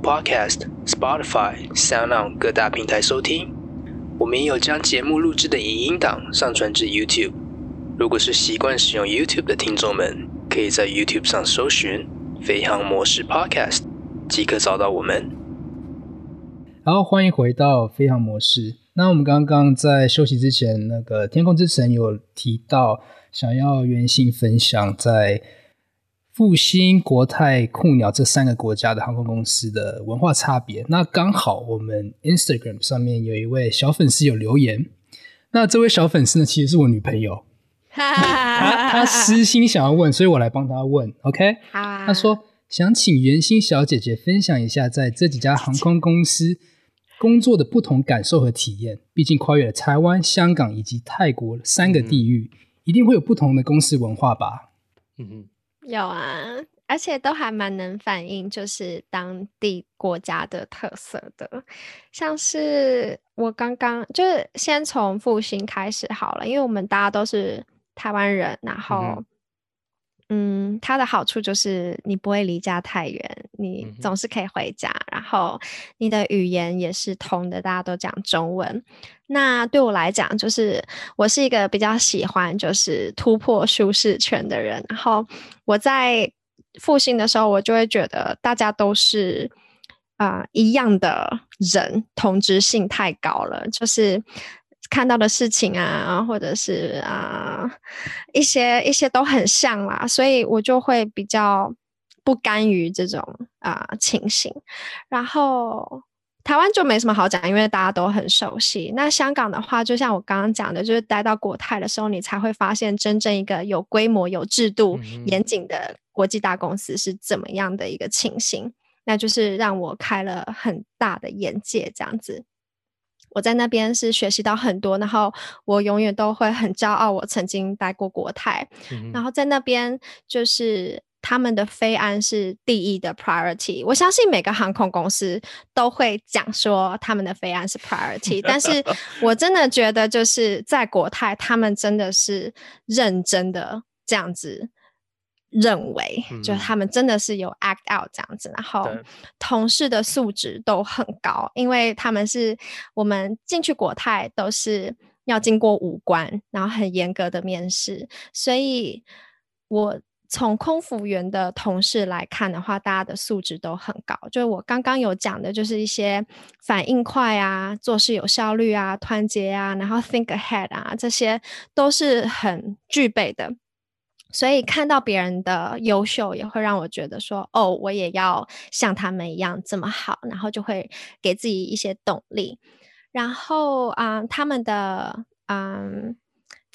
Podcast、Spotify、SoundOn 各大平台收听。我们也有将节目录制的影音档上传至 YouTube。如果是习惯使用 YouTube 的听众们，可以在 YouTube 上搜寻飞航模式 Podcast， 即可找到我们。 好，欢迎回到飞航模式。那我们刚刚在休息之前，那个天空之城有提到想要原性分享在复兴、国泰、酷鸟这三个国家的航空公司的文化差别。那刚好我们 Instagram 上面有一位小粉丝有留言，那这位小粉丝呢，其实是我女朋友。他他私心想要问，所以我来帮他问 OK， 好啊， 他说想请袁心小姐姐分享一下在这几家航空公司工作的不同感受和体验，毕竟跨越了台湾、香港以及泰国三个地域，嗯、一定会有不同的公司文化吧。 嗯， 有啊，而且都还蛮能反映就是当地国家的特色的，像是我刚刚就是先从复兴开始好了，因为我们大家都是台湾人，然后嗯, 嗯，它的好处就是你不会离家太远，你总是可以回家，嗯、然后你的语言也是通的，大家都讲中文。那对我来讲，就是我是一个比较喜欢就是突破舒适圈的人，然后我在复兴的时候，我就会觉得大家都是啊、呃、一样的人，同质性太高了，就是看到的事情啊，或者是啊、呃、一些一些都很像啦，所以我就会比较不甘于这种啊、呃、情形。然后台湾就没什么好讲，因为大家都很熟悉。那香港的话，就像我刚刚讲的，就是待到国泰的时候，你才会发现真正一个有规模、有制度、嗯、严谨的国际大公司是怎么样的一个情形。那就是让我开了很大的眼界，这样子。我在那边是学习到很多，然后我永远都会很骄傲我曾经待过国泰、嗯、然后在那边就是他们的飞安是第一的 priority， 我相信每个航空公司都会讲说他们的飞安是 priority 但是我真的觉得就是在国泰他们真的是认真的这样子认为、嗯、就他们真的是有 act out 这样子，然后同事的素质都很高，因为他们是我们进去国泰都是要经过五关，然后很严格的面试，所以我从空服员的同事来看的话，大家的素质都很高，就是我刚刚有讲的就是一些反应快啊，做事有效率啊，团结啊，然后 think ahead 啊，这些都是很具备的，所以看到别人的优秀也会让我觉得说哦，我也要像他们一样这么好，然后就会给自己一些动力。然后、嗯、他们的嗯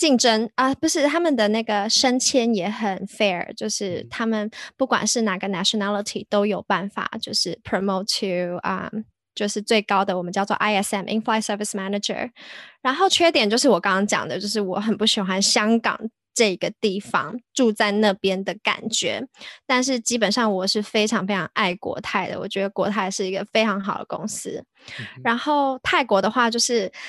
竞争啊、呃，不是他们的那个升迁也很 fair， 就是他们不管是哪个 nationality 都有办法，就是 promote to 啊、um,，就是最高的我们叫做 I S M In-Flight Service Manager。然后缺点就是我刚刚讲的，就是我很不喜欢香港这个地方住在那边的感觉，但是基本上我是非常非常爱国泰的，我觉得国泰是一个非常好的公司。嗯、然后泰国的话就是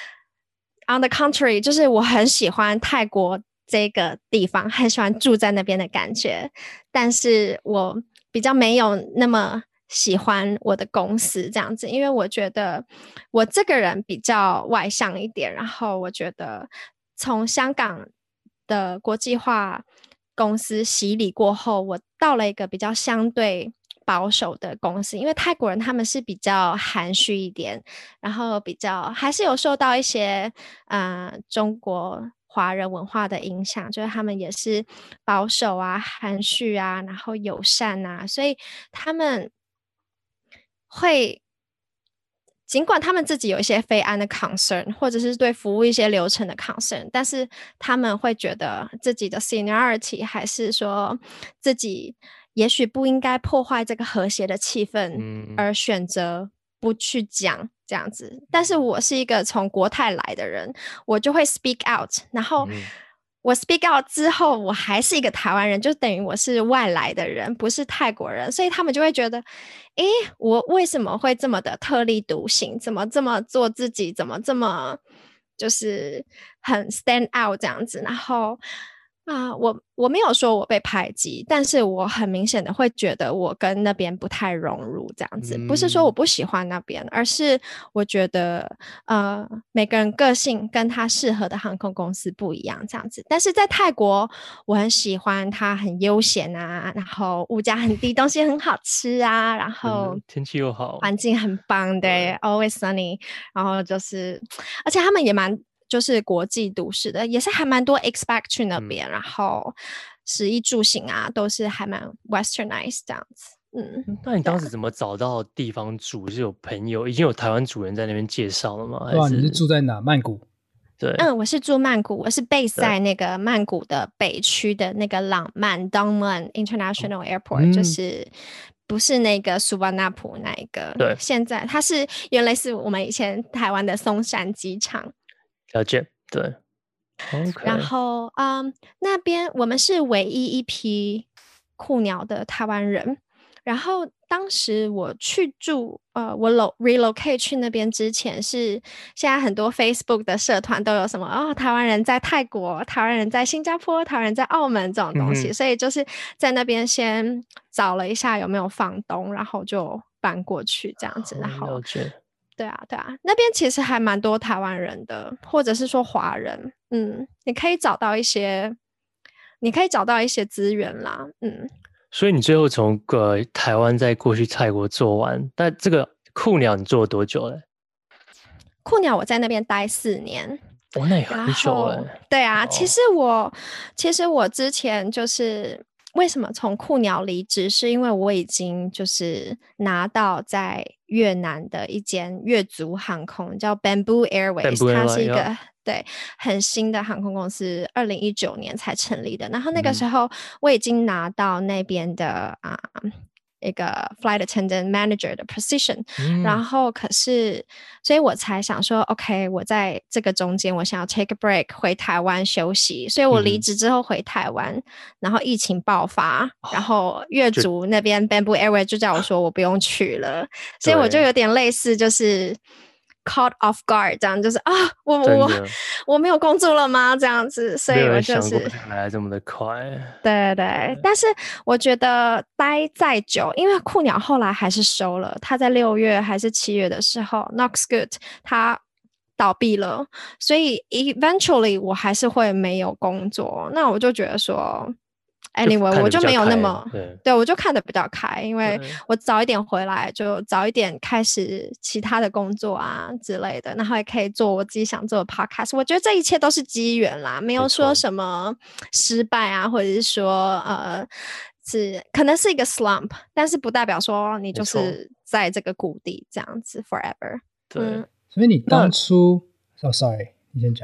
on the contrary， 就是我很喜欢泰国这个地方，很喜欢住在那边的感觉，但是我比较没有那么喜欢我的公司这样子，因为我觉得我这个人比较外向一点，然后我觉得从香港的国际化公司洗礼过后，我到了一个比较相对保守的公司，因为泰国人他们是比较含蓄一点，然后比较还是有受到一些呃中国华人文化的影响，就是他们也是保守啊、含蓄啊，然后友善啊，所以他们会尽管他们自己有一些非安的 concern， 或者是对服务一些流程的 concern， 但是他们会觉得自己的 seniority 还是说自己也许不应该破坏这个和谐的气氛，而选择不去讲这样子。但是我是一个从国泰来的人，我就会 speak out， 然后我 speak out 之后我还是一个台湾人，就等于我是外来的人，不是泰国人，所以他们就会觉得诶，我为什么会这么的特立独行，怎么这么做自己，怎么这么就是很 stand out 这样子。然后啊，我我没有说我被排挤，但是我很明显的会觉得我跟那边不太融入这样子，不是说我不喜欢那边，而是我觉得呃每个人个性跟他适合的航空公司不一样这样子。但是在泰国我很喜欢它很悠闲啊，然后物价很低，东西很好吃啊，然后天气又好， 环境很棒的 always sunny， 然后就是而且他们也蛮就是国际都市的，也是还蛮多 expat 去那边、嗯、然后食衣住行啊都是还蛮 westernized 这样子。嗯， 那你当时怎么找到地方住？是有朋友已经有台湾主人在那边介绍了吗？ 哇，你是住在哪？曼谷？ 对， 嗯，我是住曼谷，我是 base 在那个曼谷的北区的那个朗曼 Dongman International Airport、嗯、就是不是那个苏瓦纳普那一个， 对， 现在它是原来是我们以前台湾的松山机场。 了解，对。Okay. 然后嗯，那边我们是唯一一批酷鸟的台湾人，然后当时我去住呃，我 relocate 去那边之前是现在很多 Facebook 的社团都有什么哦，台湾人在泰国，台湾人在新加坡，台湾人在澳门这种东西、嗯、所以就是在那边先找了一下有没有房东，然后就搬过去这样子。然后了解， 对啊对啊，那边其实还蛮多台湾人的，或者是说华人，嗯，你可以找到一些你可以找到一些资源啦，嗯。 所以你最后从呃台湾再过去泰国做完，但这个酷鸟你做了多久嘞？ 酷鸟我在那边待四年。 哦，那也很久哎。 对啊、 哦， 其实我其实我之前就是为什么从酷鸟离职，是因为我已经就是拿到在越南的一间越族航空叫 Bamboo Airways， Bamboo 它是一个、 yeah. 对很新的航空公司，二零一九年才成立的。然后那个时候我已经拿到那边的啊、嗯呃、一个 flight attendant manager 的 position，、嗯、然后可是所以我才想说 OK， 我在这个中间我想要 take a break 回台湾休息，所以我离职之后回台湾、嗯、然后疫情爆发、哦、然后越族那边 Bamboo Airways 就叫我说我不用去了，所以我就有点类似就是caught off guard 这样，就是啊，我我我没有工作了吗？这样子，所以我就是没有人想过来这么的快。 对对，但是我觉得待再久，因为酷鸟后来还是收了，他在六月还是七月的时候 ，Knoxgood 他倒闭了，所以 eventually 我还是会没有工作。那我就觉得说。Anyway， 我就没有那么 对, 对，我就看得比较开，因为我早一点回来，就早一点开始其他的工作啊之类的，然后也可以做我自己想做的 podcast。我觉得这一切都是机缘啦，没有说什么失败啊，或者是说呃，是可能是一个 slump， 但是不代表说你就是在这个谷底这样子 forever。 对、嗯， 所以你当初哦、oh, ，sorry， 你先讲。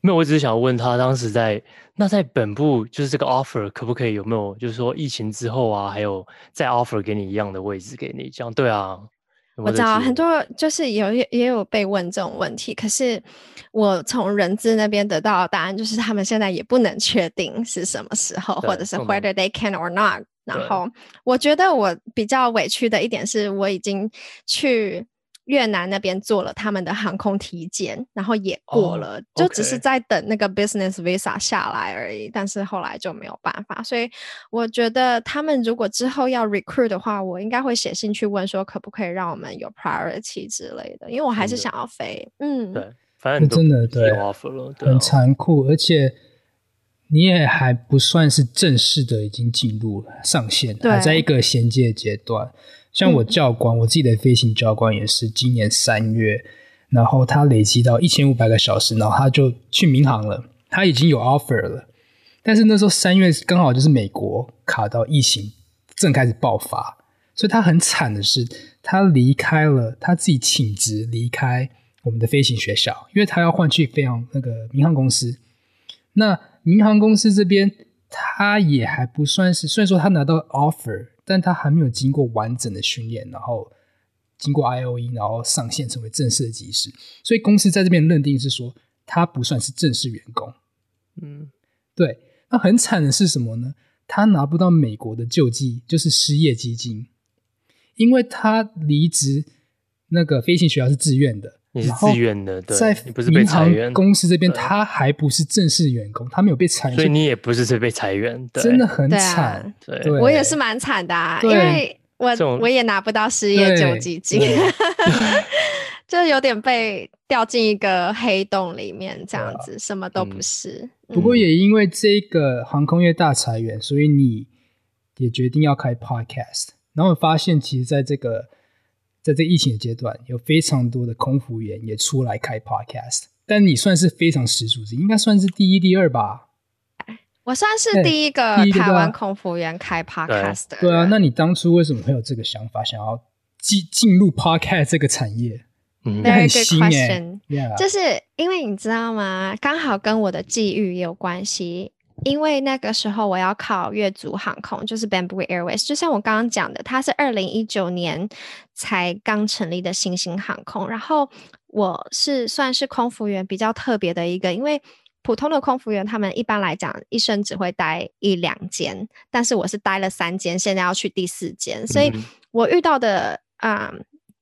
没有，我只是想问他当时在那在本部就是这个 offer 可不可以有没有就是说疫情之后啊，还有再 offer 给你一样的位置给你这样？对啊，有没有我知道很这个机会？ 多就是有也有被问这种问题，可是我从人资那边得到的答案就是他们现在也不能确定是什么时候， 对或者是这种东 whether they can or not。然对后我觉得我比较委屈的一点是我已经去越南那边做了他们的航空体检，然后也过哦了，就只是 ，OK， 在等那个 business visa 下来而已，但是后来就没有办法，所以我觉得他们如果之后要 recruit 的话，我应该会写信去问说可不可以让我们有 priority 之类的，因为我还是真的想要飞。嗯， 对，反正你都真的对有 offer 了，对很啊， 残酷，而且你也还不算是正式的已经进入上线， 对还在一个衔接阶段。像我嗯教官，我自己的飞行教官也是今年三月，然后他累积到一千五百个小时，然后他就去民航了，他已经有 offer 了。但是那时候三月刚好就是美国卡到疫情正开始爆发，所以他很惨的是，他离开了，他自己请职离开我们的飞行学校，因为他要换去飞航那个民航公司。那民航公司这边他也还不算是，虽然说他拿到 offer， 但他还没有经过完整的训练，然后经过 I O E， 然后上线成为正式的机师，所以公司在这边认定是说他不算是正式员工。 嗯， 对，那很惨的是什么呢？他拿不到美国的救济，就是失业基金，因为他离职那个飞行学校是自愿的， 你是然后自愿的，对， 在你不是被民航裁员， 公司这边， 对他还不是正式员工，他没有被裁员， 所以你也不是被裁员，对， 真的很对啊惨。 对对， 我也是蛮惨的啊，因对为我这种我也拿不到失业对救济金， 对就有点被掉进一个黑洞里面，这样对啊子，什么都不嗯是。 不过嗯也因为这个航空业大裁员，所以你也决定要开 podcast。然后我发现，其实在这个在这个疫情的阶段，有非常多的空服员也出来开 podcast。但你算是非常始祖之一，应该算是第一、第二吧？ 我算是对第一个第一个对啊台湾空服员开 podcast 的人。 对啊，那你当初为什么会有这个想法，想要进进入 podcast 这个产业？ 嗯那 Very 很 good 新哎、 question yeah 就是因为你知道吗？刚好跟我的际遇也有关系。因为那个时候我要考越族航空，就是 Bamboo Airways，就像我刚刚讲的，它是二零一九年才刚成立的新兴航空。然后我是算是空服员比较特别的一个，因为普通的空服员他们一般来讲一生只会待一两间，但是我是待了三间，现在要去第四间，所以嗯我遇到的嗯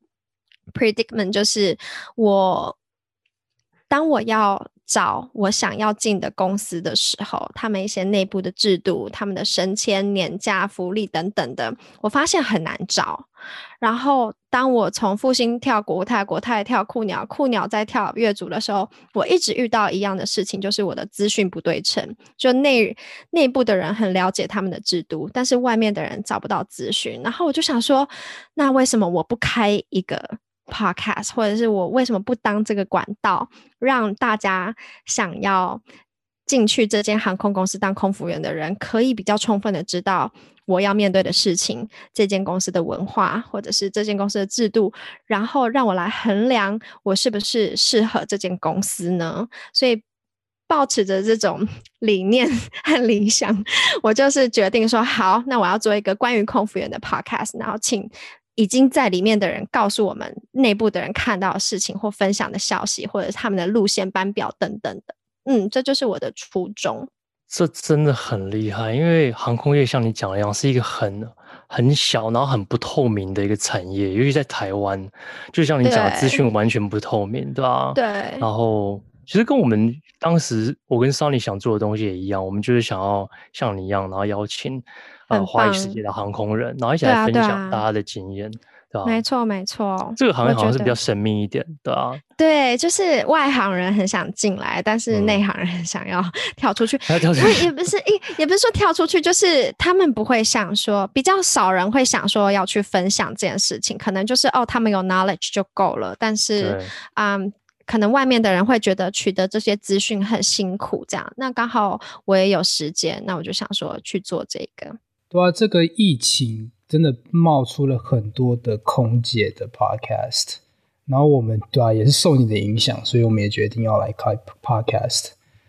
predicament 就是我当我要找我想要进的公司的时候，他们一些内部的制度，他们的升迁、年假、福利等等的，我发现很难找。然后当我从复兴跳国泰，国泰跳酷鸟，酷鸟再跳越族的时候，我一直遇到一样的事情，就是我的资讯不对称，就内内部的人很了解他们的制度，但是外面的人找不到资讯。然后我就想说，那为什么我不开一个podcast， 或者是我为什么不当这个管道，让大家想要进去这间航空公司当空服员的人可以比较充分的知道我要面对的事情，这间公司的文化，或者是这间公司的制度，然后让我来衡量我是不是适合这间公司呢？所以抱持着这种理念和理想，我就是决定说好，那我要做一个关于空服员的 podcast， 然后请已经在里面的人告诉我们内部的人看到的事情或分享的消息，或者是他们的路线班表等等的。嗯，这就是我的初衷。 这真的很厉害，因为航空业像你讲的一样，是一个很很小，然后很不透明的一个产业，尤其在台湾，就像你讲的， 对资讯完全不透明，对吧？ 对然后其实跟我们当时我跟 Sunny 想做的东西也一样，我们就是想要像你一样，然后邀请呃很华语世棒界的航空人，然后一起对来分啊对啊享大家的经验，对吧？ 没错没错， 这个行业好像我觉得是比较神秘一点，对啊。 对，就是外行人很想进来，但是嗯内行人很想要跳出去。 还要跳出不去也不是也也不是说跳出去，就是他们不会想说，比较少人会想说要去分享这件事情，可能就是哦，他们有 knowledge 就够了。但是对， 嗯，可能外面的人会觉得取得这些资讯很辛苦，这样。那刚好我也有时间，那我就想说去做这个。 对啊，这个疫情真的冒出了很多的空姐的 podcast， 然后我们对啊也是受你的影响，所以我们也决定要来开 podcast。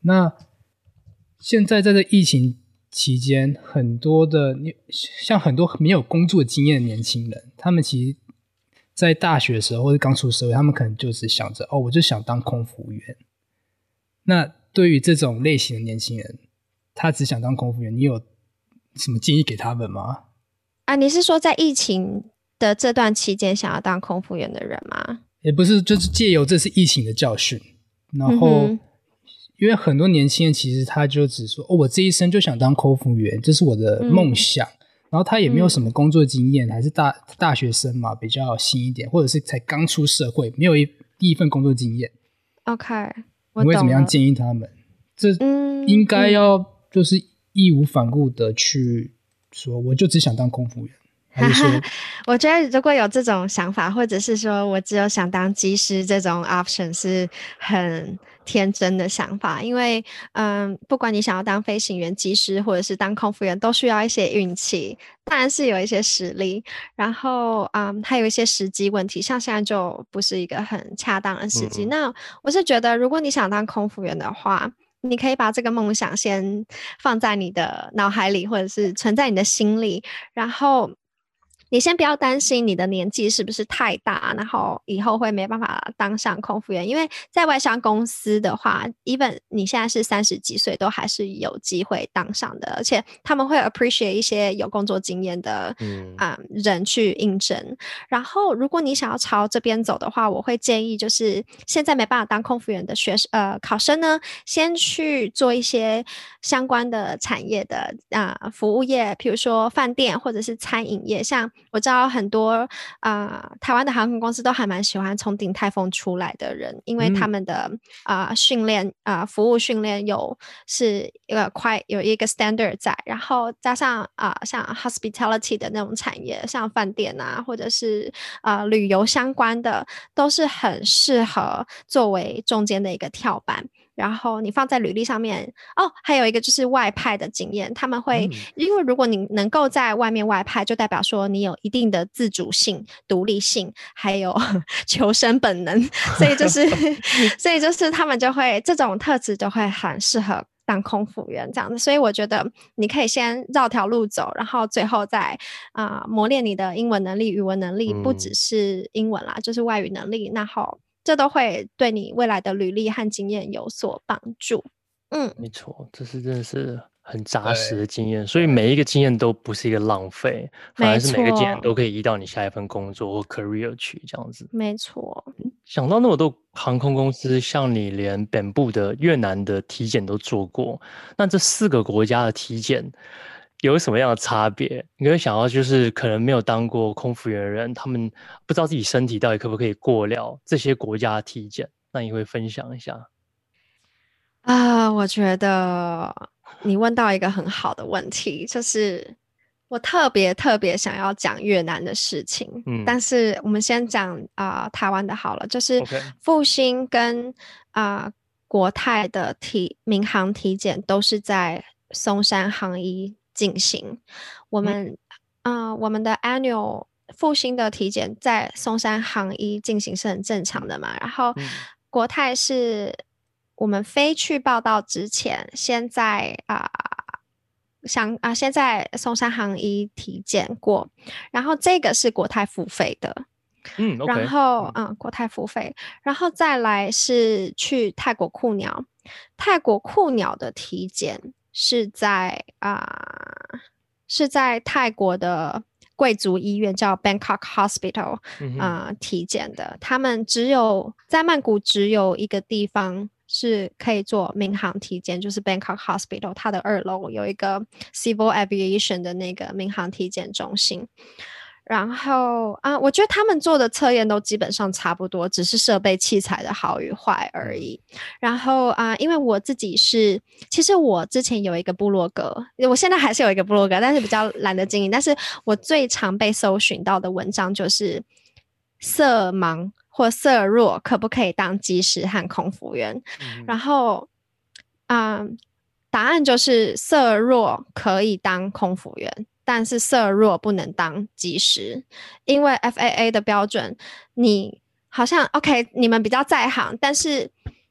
那现在在这疫情期间，很多的像很多没有工作经验的年轻人，他们其实在大学的时候或者刚出社会，他们可能就只想着哦，我就想当空服员。那对于这种类型的年轻人，他只想当空服员，你有什么建议给他们吗？ 啊，你是说在疫情的这段期间想要当空服员的人吗？ 也不是，就是借由这次疫情的教训，然后、嗯、因为很多年轻人其实他就只说哦，我这一生就想当空服员，这是我的梦想、嗯、然后他也没有什么工作经验、嗯、还是大大学生嘛，比较新一点，或者是才刚出社会，没有一第一份工作经验。 OK， 你会怎么样建议他们？这应该要就是义无反顾的去说我就只想当空服员，还是说我觉得如果有这种想法，或者是说我只有想当机师，这种 option 是很天真的想法。因为嗯，不管你想要当飞行员、机师或者是当空服员，都需要一些运气，当然是有一些实力，然后嗯，还有一些时机问题，像现在就不是一个很恰当的时机、嗯、那我是觉得如果你想当空服员的话，你可以把这个梦想先放在你的脑海里，或者是存在你的心里，然后你先不要担心你的年纪是不是太大，然后以后会没办法当上空服员，因为在外商公司的话 even 你现在是三十几岁都还是有机会当上的，而且他们会 appreciate 一些有工作经验的、嗯呃、人去应征。然后如果你想要朝这边走的话，我会建议就是现在没办法当空服员的学呃考生呢，先去做一些相关的产业的、呃、服务业，比如说饭店或者是餐饮业。像我知道很多呃台湾的航空公司都还蛮喜欢从鼎泰丰出来的人，因为他们的、嗯、呃训练呃服务训练有是一个快有一个 standard 在，然后加上啊、呃、像 hospitality 的那种产业，像饭店啊或者是呃旅游相关的，都是很适合作为中间的一个跳板。然后你放在履历上面哦，还有一个就是外派的经验，他们会、嗯、因为如果你能够在外面外派，就代表说你有一定的自主性、独立性，还有求生本能，所以就是所以就是他们就会这种特质就会很适合当空服员这样子。所以我觉得你可以先绕条路走，然后最后再、呃、磨练你的英文能力、语文能力，不只是英文啦、嗯、就是外语能力，然后这都会对你未来的履历和经验有所帮助。嗯， 没错，这是真的是很扎实的经验，所以每一个经验都不是一个浪费，反而是每个经验都可以移到你下一份工作或 career 去这样子。 没错。 想到那么多航空公司，像你连本部的越南的体检都做过，那这四个国家的体检有什么样的差别？你会想要就是可能没有当过空服员的人，他们不知道自己身体到底可不可以过了这些国家的体检，那你会分享一下？ 啊，我觉得你问到一个很好的问题，就是我特别特别想要讲越南的事情，嗯，但是我们先讲啊、呃、台湾的好了，就是复兴跟啊、呃、国泰的体民航体检都是在松山航医进行，我们啊、嗯呃、我们的 annual 复兴的体检在松山航医进行是很正常的嘛，然后国泰是我们飞去报到之前，先在啊、呃、想啊、呃、先在松山航医体检过，然后这个是国泰付费的， 嗯 ，OK， 然后嗯国泰付费，然后再来是去泰国库鸟，泰国库鸟的体检是在啊、呃、是在泰国的贵族医院叫 Bangkok Hospital 啊、呃、体检的，他们只有在曼谷只有一个地方是可以做民航体检，就是 Bangkok Hospital 它的二楼有一个 Civil Aviation 的那个民航体检中心。然后啊，我觉得他们做的测验都基本上差不多，只是设备器材的好与坏而已。然后啊，因为我自己是，其实我之前有一个部落格，我现在还是有一个部落格，但是比较懒得经营。但是我最常被搜寻到的文章就是色盲或色弱可不可以当机师和空服员？嗯、然后啊，答案就是色弱可以当空服员。但是色弱不能当机师，因为 F A A 的标准，你好像 OK， 你们比较在行，但是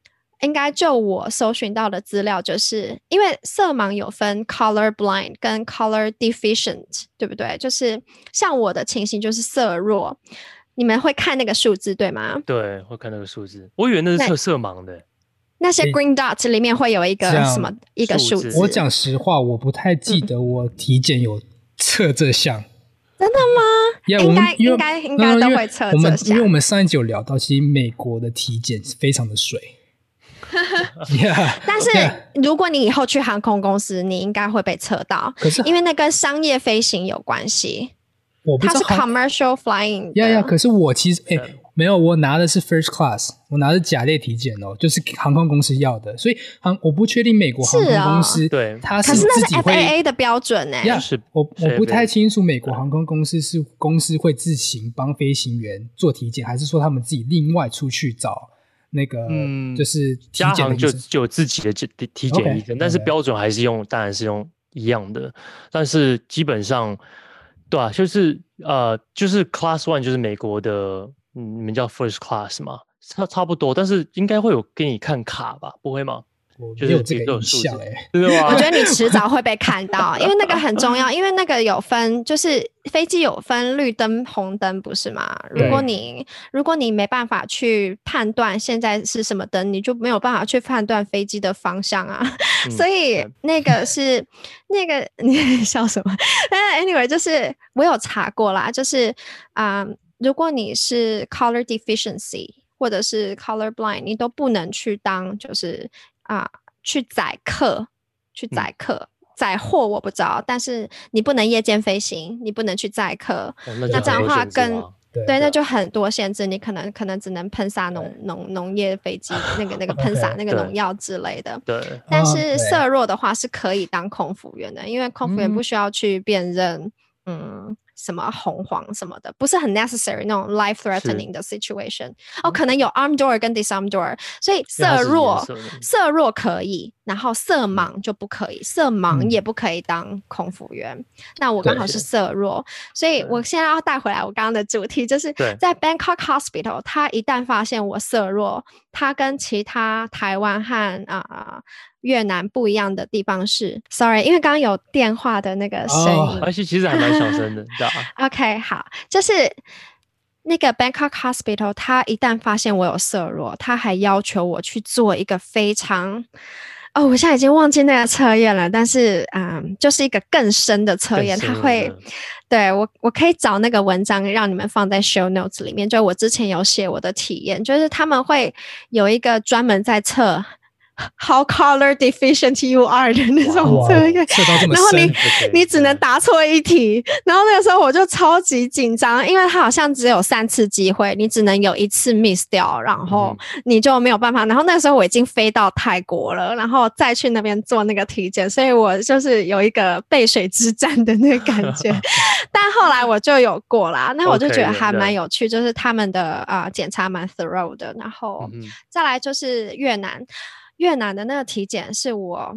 应该就我搜寻到的资料，就是因为色盲有分 color blind 跟 color deficient， 对不对？就是像我的情形就是色弱，你们会看那个数字对吗？ 对，会看那个数字。我以为那是测色盲的。 那些 green dots 里面会有一个什么一个数字？ 我讲实话，我不太记得我体检有测这项。 真的吗？ yeah, 应该应该应该都会测这项。 因为我们上一集有聊到，其实美国的体检非常的水。yeah, 但是 yeah. 如果你以后去航空公司，你应该会被测到， 可是因为那跟商业飞行有关系。 我不知道它是 commercial flying 的。 呀呀，可是我其实哎、欸，没有，我拿的是 first class， 我拿的是甲类体检哦，就是航空公司要的，所以航我不确定美国航空公司对、哦， 它是自己会，可是那是 F A A 的标准哎、 欸。是我我不太清楚美国航空公司是公司会自行帮飞行员做体检，还是说他们自己另外出去找那个就是体检的医生、嗯、 就就有自己的体检医生， okay, 但是标准还是用，当然是用一样的，但是基本上。对啊，就是呃，就是 Class One 就是美国的，嗯，你们叫 First Class 嘛，差差不多，但是应该会有给你看卡吧？不会吗？ 我没有这个印象哎， 对吧？ 我觉得你迟早会被看到，因为那个很重要，因为那个有分，就是飞机有分绿灯、红灯，不是吗？如果你如果你没办法去判断现在是什么灯，你就没有办法去判断飞机的方向啊。嗯、所以那个是那个你笑什么？但 anyway 就是我有查过啦，就是啊、呃，如果你是 color deficiency 或者是 color blind， 你都不能去当就是啊、呃，去载客，去载客。嗯载货我不知道，但是你不能夜间飞行，你不能去载客、哦、 那, 那这样的话跟对, 对，那就很多限制，你可能可能只能喷洒农农农业飞机那个那个喷洒那个农药之类的。 对， 但是色弱的话是可以当空服员的，因为空服员不需要去辨认，嗯。嗯什么红黄什么的，不是很 necessary 那种 life threatening 的 situation 哦，可能有 arm door 跟 disarm door， 所以色弱色弱可以，然后色盲就不可以，色盲也不可以当空服员、嗯、那我刚好是色弱，所以我现在要带回来我刚刚的主题，就是在 Bangkok Hospital 他一旦发现我色弱，他跟其他台湾和啊、呃越南不一样的地方是 sorry 因为刚刚有电话的那个声音， 而且、哦、其实还蛮小声的 OK 好，就是那个 Bangkok Hospital 他一旦发现我有色弱，他还要求我去做一个非常哦，我现在已经忘记那个测验了，但是嗯，就是一个更深的测验，他会对我我可以找那个文章让你们放在 show notes 里面，就我之前有写我的体验，就是他们会有一个专门在测How color deficient you are 的那种测验，然后你你只能答错一题，然后那个时候我就超级紧张，因为它好像只有三次机会，你只能有一次 miss 掉，然后你就没有办法。然后那个时候我已经飞到泰国了，然后再去那边做那个体检，所以我就是有一个背水之战的那个感觉。但后来我就有过啦，那我就觉得还蛮有趣， okay, 就是他们的啊、呃、检查蛮 thorough 的。然后再来就是越南。越南的那个体检是我，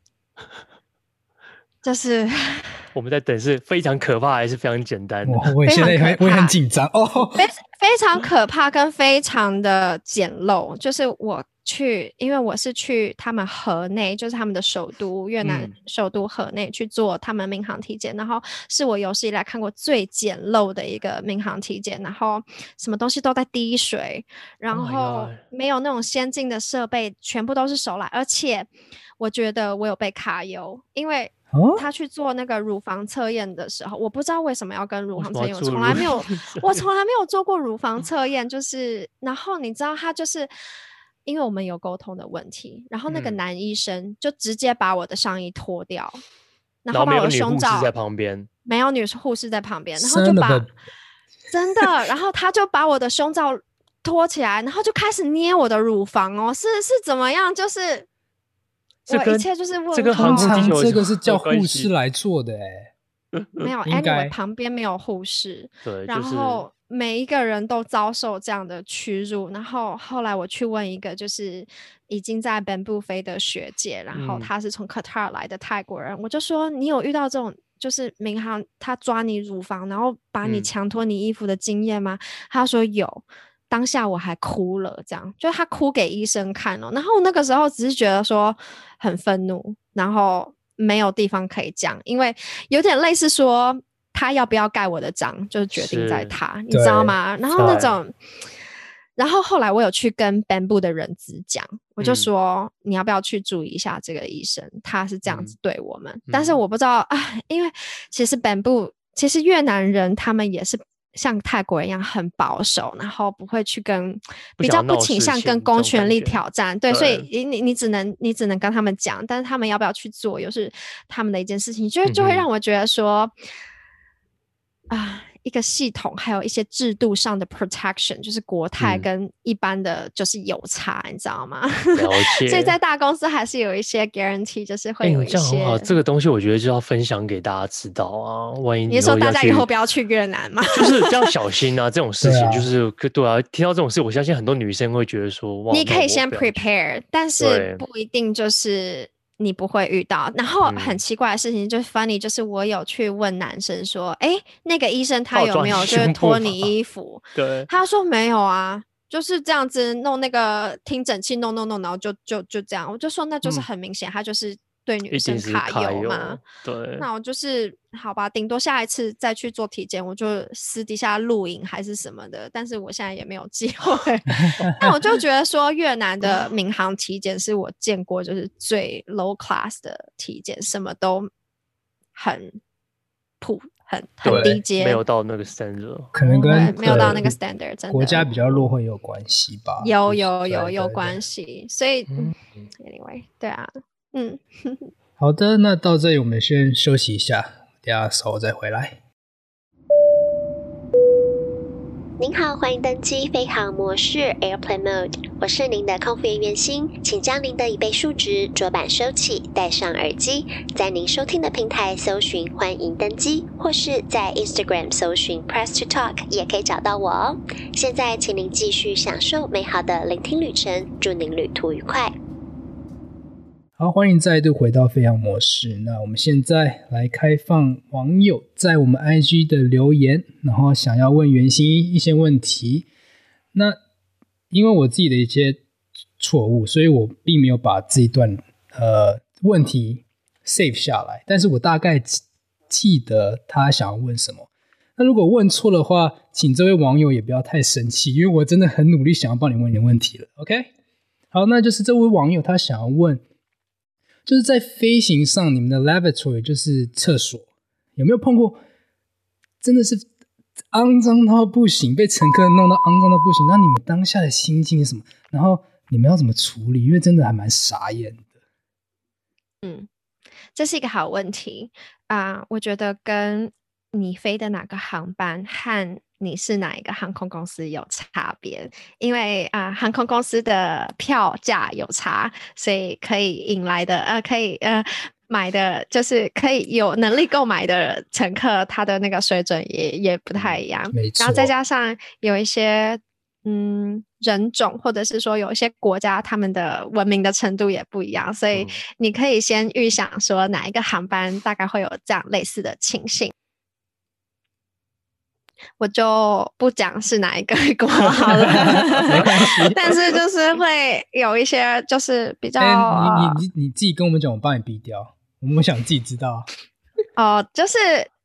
就是我们在等是非常可怕还是非常简单的？ 我我现在也我也很紧张哦， 非非常可怕跟非常的简陋。就是我去，因为我是去他们河内，就是他们的首都越南首都河内去做他们民航体检、嗯，然后是我有史以来看过最简陋的一个民航体检，然后什么东西都在滴水，然后没有那种先进的设备，全部都是手来，而且我觉得我有被卡油，因为他去做那个乳房测验的时候，我不知道为什么要跟乳房测验，我从来没有，我从来没有做过乳房测验，就是然后你知道他就是。因为我们有沟通的问题，然后那个男医生就直接把我的上衣脱掉，嗯、然后把我的胸罩， 没有女护士在旁边， 没有女护士在旁边，然后就把真的，然后他就把我的胸罩脱起来，然后就开始捏我的乳房哦，是是怎么样？就是我一切就是问号， 这个航空地球这个是叫护士来做的哎， 没有 ，anyway 旁边没有护士， 对， 然后。每一个人都遭受这样的屈辱，然后后来我去问一个就是已经在 Bamboo 飞的学姐，然后他是从 Qatar 来的泰国人、嗯、我就说你有遇到这种就是民航他抓你乳房然后把你强脱你衣服的经验吗、嗯、他说有， 当下我还哭了，这样就他哭给医生看哦，然后我那个时候只是觉得说很愤怒，然后没有地方可以讲，因为有点类似说他要不要盖我的章，就是决定在他，你知道吗？然后那种，然后后来我有去跟 Bamboo 的人资讲，我就说、嗯、你要不要去注意一下这个医生，他是这样子对我们，嗯、但是我不知道啊，因为其实 Bamboo 其实越南人他们也是。像泰国人一样很保守，然后不会去跟比较不倾向跟公权力挑战，对，所以你你只能你只能跟他们讲，但是他们要不要去做，又是他们的一件事情，就就会让我觉得说，嗯、啊。一个系统还有一些制度上的 protection 就是国泰跟一般的就是有差、嗯、你知道吗？ 了解。 所以在大公司还是有一些 guarantee 就是会有一些、欸、 这样很好，这个东西我觉得就要分享给大家知道啊，万一你说大家以后不要去越南吗？ 就是要小心啊，这种事情就是对啊，听到这种事我相信很多女生会觉得说哇， 你可以先 prepare 但是不一定就是你不会遇到，然后很奇怪的事情就是 funny， 就是我有去问男生说，哎、欸，那个医生他有没有就是脱你衣服？ 对， 他说没有啊，就是这样子弄那个听诊器弄弄弄，然后就就就这样，我就说那就是很明显，他就是对女生卡油嘛。 对， 那我就是好吧，顶多下一次再去做体检，我就私底下录影还是什么的，但是我现在也没有机会。那我就觉得说，越南的民航体检是我见过就是最 low class 的体检，什么都很普很很低阶， 没有到那个 standard， 可能跟没有到那个 standard， 真的国家比较落后有关系吧？ 有有有有关系，所以、嗯、anyway， 对啊。嗯， 好的，那到这里我们先休息一下，等一下稍后再回来。 您好，欢迎登机飞行模式 Airplane Mode， 我是您的空服员袁心，请将您的椅背竖直，桌板收起，戴上耳机，在您收听的平台搜寻欢迎登机，或是在 Instagram 搜寻 Press to Talk 也可以找到我哦。现在请您继续享受美好的聆听旅程，祝您旅途愉快。 好，欢迎再度回到飞行模式。那我们现在来开放网友在我们 I G 的留言，然后想要问袁心一些问题。那因为我自己的一些错误，所以我并没有把这一段呃问题 save 下来，但是我大概记得他想要问什么。那如果问错的话，请这位网友也不要太生气，因为我真的很努力想要帮你问你的问题了。OK， 好，那就是这位网友他想要问。就是在飞行上，你们的 lavatory 就是厕所，有没有碰过真的是肮脏到不行，被乘客弄到肮脏到不行？那你们当下的心境是什么？然后你们要怎么处理？因为真的还蛮傻眼的。 嗯，这是一个好问题啊、呃，我觉得跟你飞的哪个航班和你是哪一个航空公司有差别，因为啊、呃，航空公司的票价有差，所以可以引来的呃，可以呃买的，就是可以有能力购买的乘客，他的那个水准也也不太一样。 没错。 然后再加上有一些嗯人种，或者是说有一些国家他们的文明的程度也不一样，所以你可以先预想说哪一个航班大概会有这样类似的情形。我就不讲是哪一个国好了但是就是会有一些就是比较、 欸、你, 你, 你自己跟我们讲，我帮你逼掉，我们想自己知道哦、呃，就是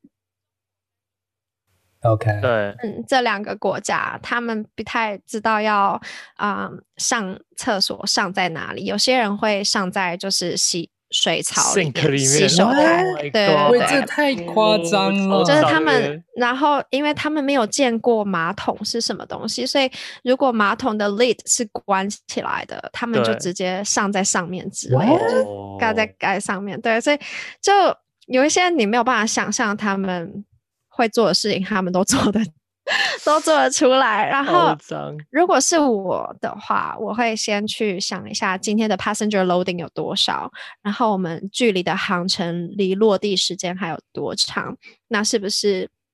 OK 对， 嗯，这两个国家他们不太知道要啊、呃、上厕所上在哪里，有些人会上在就是洗水槽里面洗手台，对对对， 这太夸张了。 就是他们，然后因为他们没有见过马桶是什么东西，所以如果马桶的 lid 是关起来的，他们就直接上在上面之类的，就是盖在盖上面。对，所以就有一些你没有办法想象他们会做的事情，他们都做的。都做得出来，然后如果是我的话，我会先去想一下今天的 passenger loading 有多少，然后我们距离的航程离落地时间还有多长，那是不是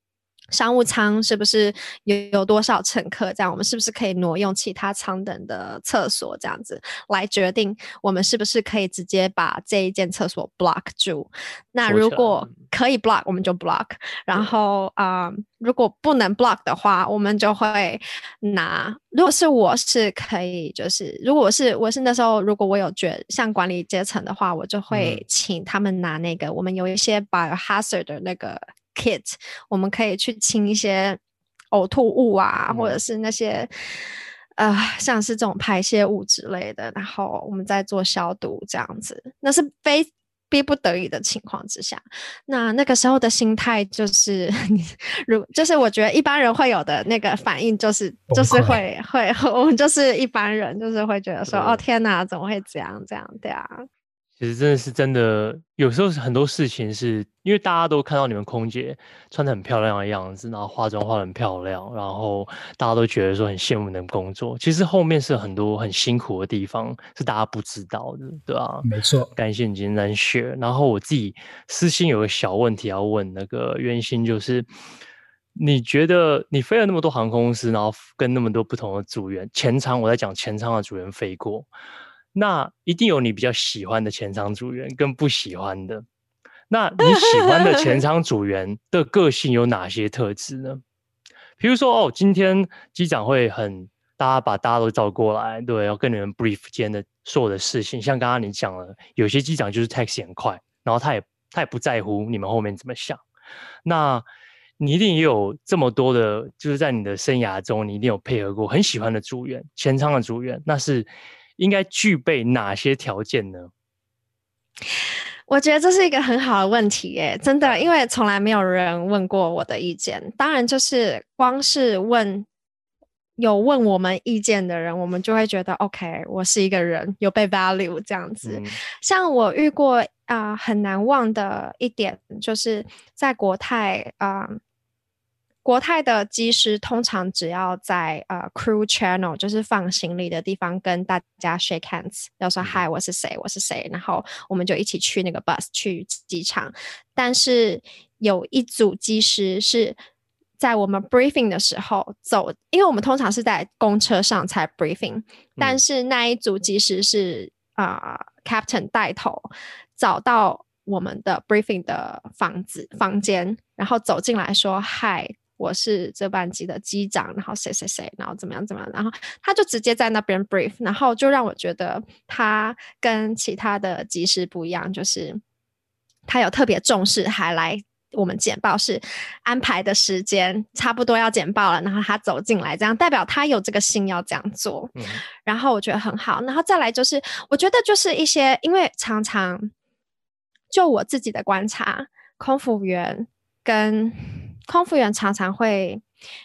商务舱是不是有有多少乘客，这样我们是不是可以挪用其他舱等的厕所，这样子来决定我们是不是可以直接把这一间厕所 block 住。那如果可以 block 我们就 block， 然后啊、呃，如果不能 block 的话，我们就会拿，如果是我是可以，就是如果是我是那时候如果我有觉像管理阶层的话，我就会请他们拿那个、嗯、我们有一些 biohazard 的那个kit， 我们可以去清一些呕吐物啊、嗯、或者是那些呃像是这种排泄物之类的，然后我们再做消毒这样子，那是非逼不得已的情况之下。那那个时候的心态就是如就是我觉得一般人会有的那个反应就是就是会会我们就是一般人就是会觉得说哦天哪怎么会这样这样对啊。 其实真的是真的，有时候很多事情是因为大家都看到你们空姐穿得很漂亮的样子，然后化妆化得很漂亮，然后大家都觉得说很羡慕你的工作，其实后面是很多很辛苦的地方是大家不知道的，对吧？ 没错， 感谢你今天在share。然后我自己私心有个小问题要问那个元欣，就是你觉得你飞了那么多航空公司，然后跟那么多不同的组员，前舱我在讲前舱的组员飞过，那一定有你比较喜欢的前舱组员跟不喜欢的。那你喜欢的前舱组员的个性有哪些特质呢？比如说哦，今天机长会很大家把大家都找过来，对，要跟你们 brief 今天的所有的事情。像刚刚你讲了，有些机长就是 taxi 很快，然后他也他也不在乎你们后面怎么想。那你一定也有这么多的，就是在你的生涯中，你一定有配合过很喜欢的组员，前舱的组员，那是应该具备哪些条件呢？ 我觉得这是一个很好的问题耶，真的，因为从来没有人问过我的意见。当然就是光是问有问我们意见的人，我们就会觉得 OK 我是一个人有被 value 这样子、嗯、像我遇过、呃、很难忘的一点就是在国泰啊、呃国泰的机师通常只要在呃 crew channel 就是放行李的地方跟大家 shake hands， 要说 hi 我是谁我是谁，然后我们就一起去那个 bus 去机场。但是有一组机师是在我们 briefing 的时候走，因为我们通常是在公车上才 briefing， 但是那一组机师是、呃、captain 带头找到我们的 briefing 的房子房间，然后走进来说 hi我是这班机的机长，然后谁谁谁，然后怎么样怎么样，然后他就直接在那边 brief， 然后就让我觉得他跟其他的机师不一样，就是他有特别重视，还来我们简报室安排的时间差不多要简报了，然后他走进来，这样代表他有这个心要这样做、嗯、然后我觉得很好。然后再来就是我觉得就是一些，因为常常就我自己的观察，空服员跟空服员常常会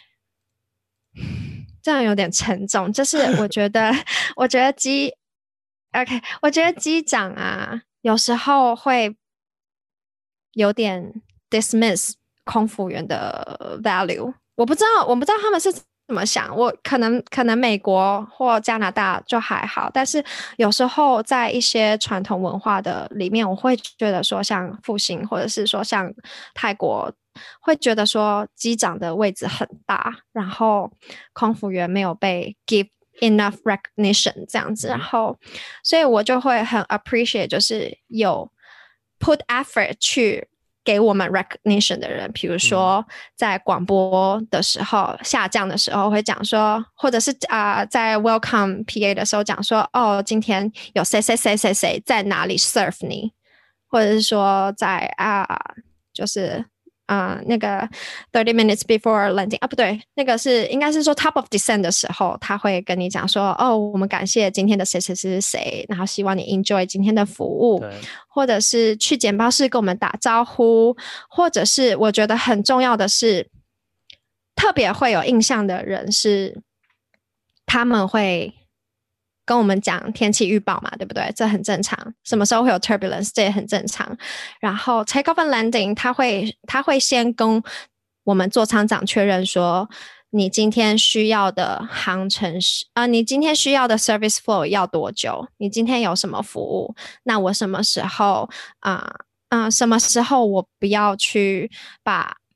这样有点沉重，就是我觉得我觉得机 OK 我觉得机长啊有时候会有点 dismiss 空服员的 value， 我不知道我不知道他们是怎么想，我可能可能美国或加拿大就还好，但是有时候在一些传统文化的里面，我会觉得说像复兴或者是说像泰国，会觉得说机长的位置很大，然后空服员没有被 give enough recognition 这样子，然后所以我就会很 appreciate 就是有 put effort 去给我们 recognition 的人，比如说在广播的时候、嗯、下降的时候会讲说，或者是、呃、在 welcome P A 的时候讲说哦今天有谁谁谁谁谁在哪里 serve 你，或者是说在啊、呃、就是啊、呃，那个 thirty minutes before landing 啊，不对，那个是应该是说 top of descent 的时候，他会跟你讲说，哦，我们感谢今天的谁谁谁谁，然后希望你 enjoy 今天的服务，或者是去简报室跟我们打招呼，或者是我觉得很重要的是，特别会有印象的人是他们会跟我们讲天气预报嘛，对不对？这很正常。什么时候会有 turbulence， 这也很正常。然后 take off and landing， 他会他会先跟我们座舱长确认说，你今天需要的航程是啊、呃，你今天需要的 service flow 要多久？你今天有什么服务？那我什么时候啊啊、呃呃，什么时候我不要去把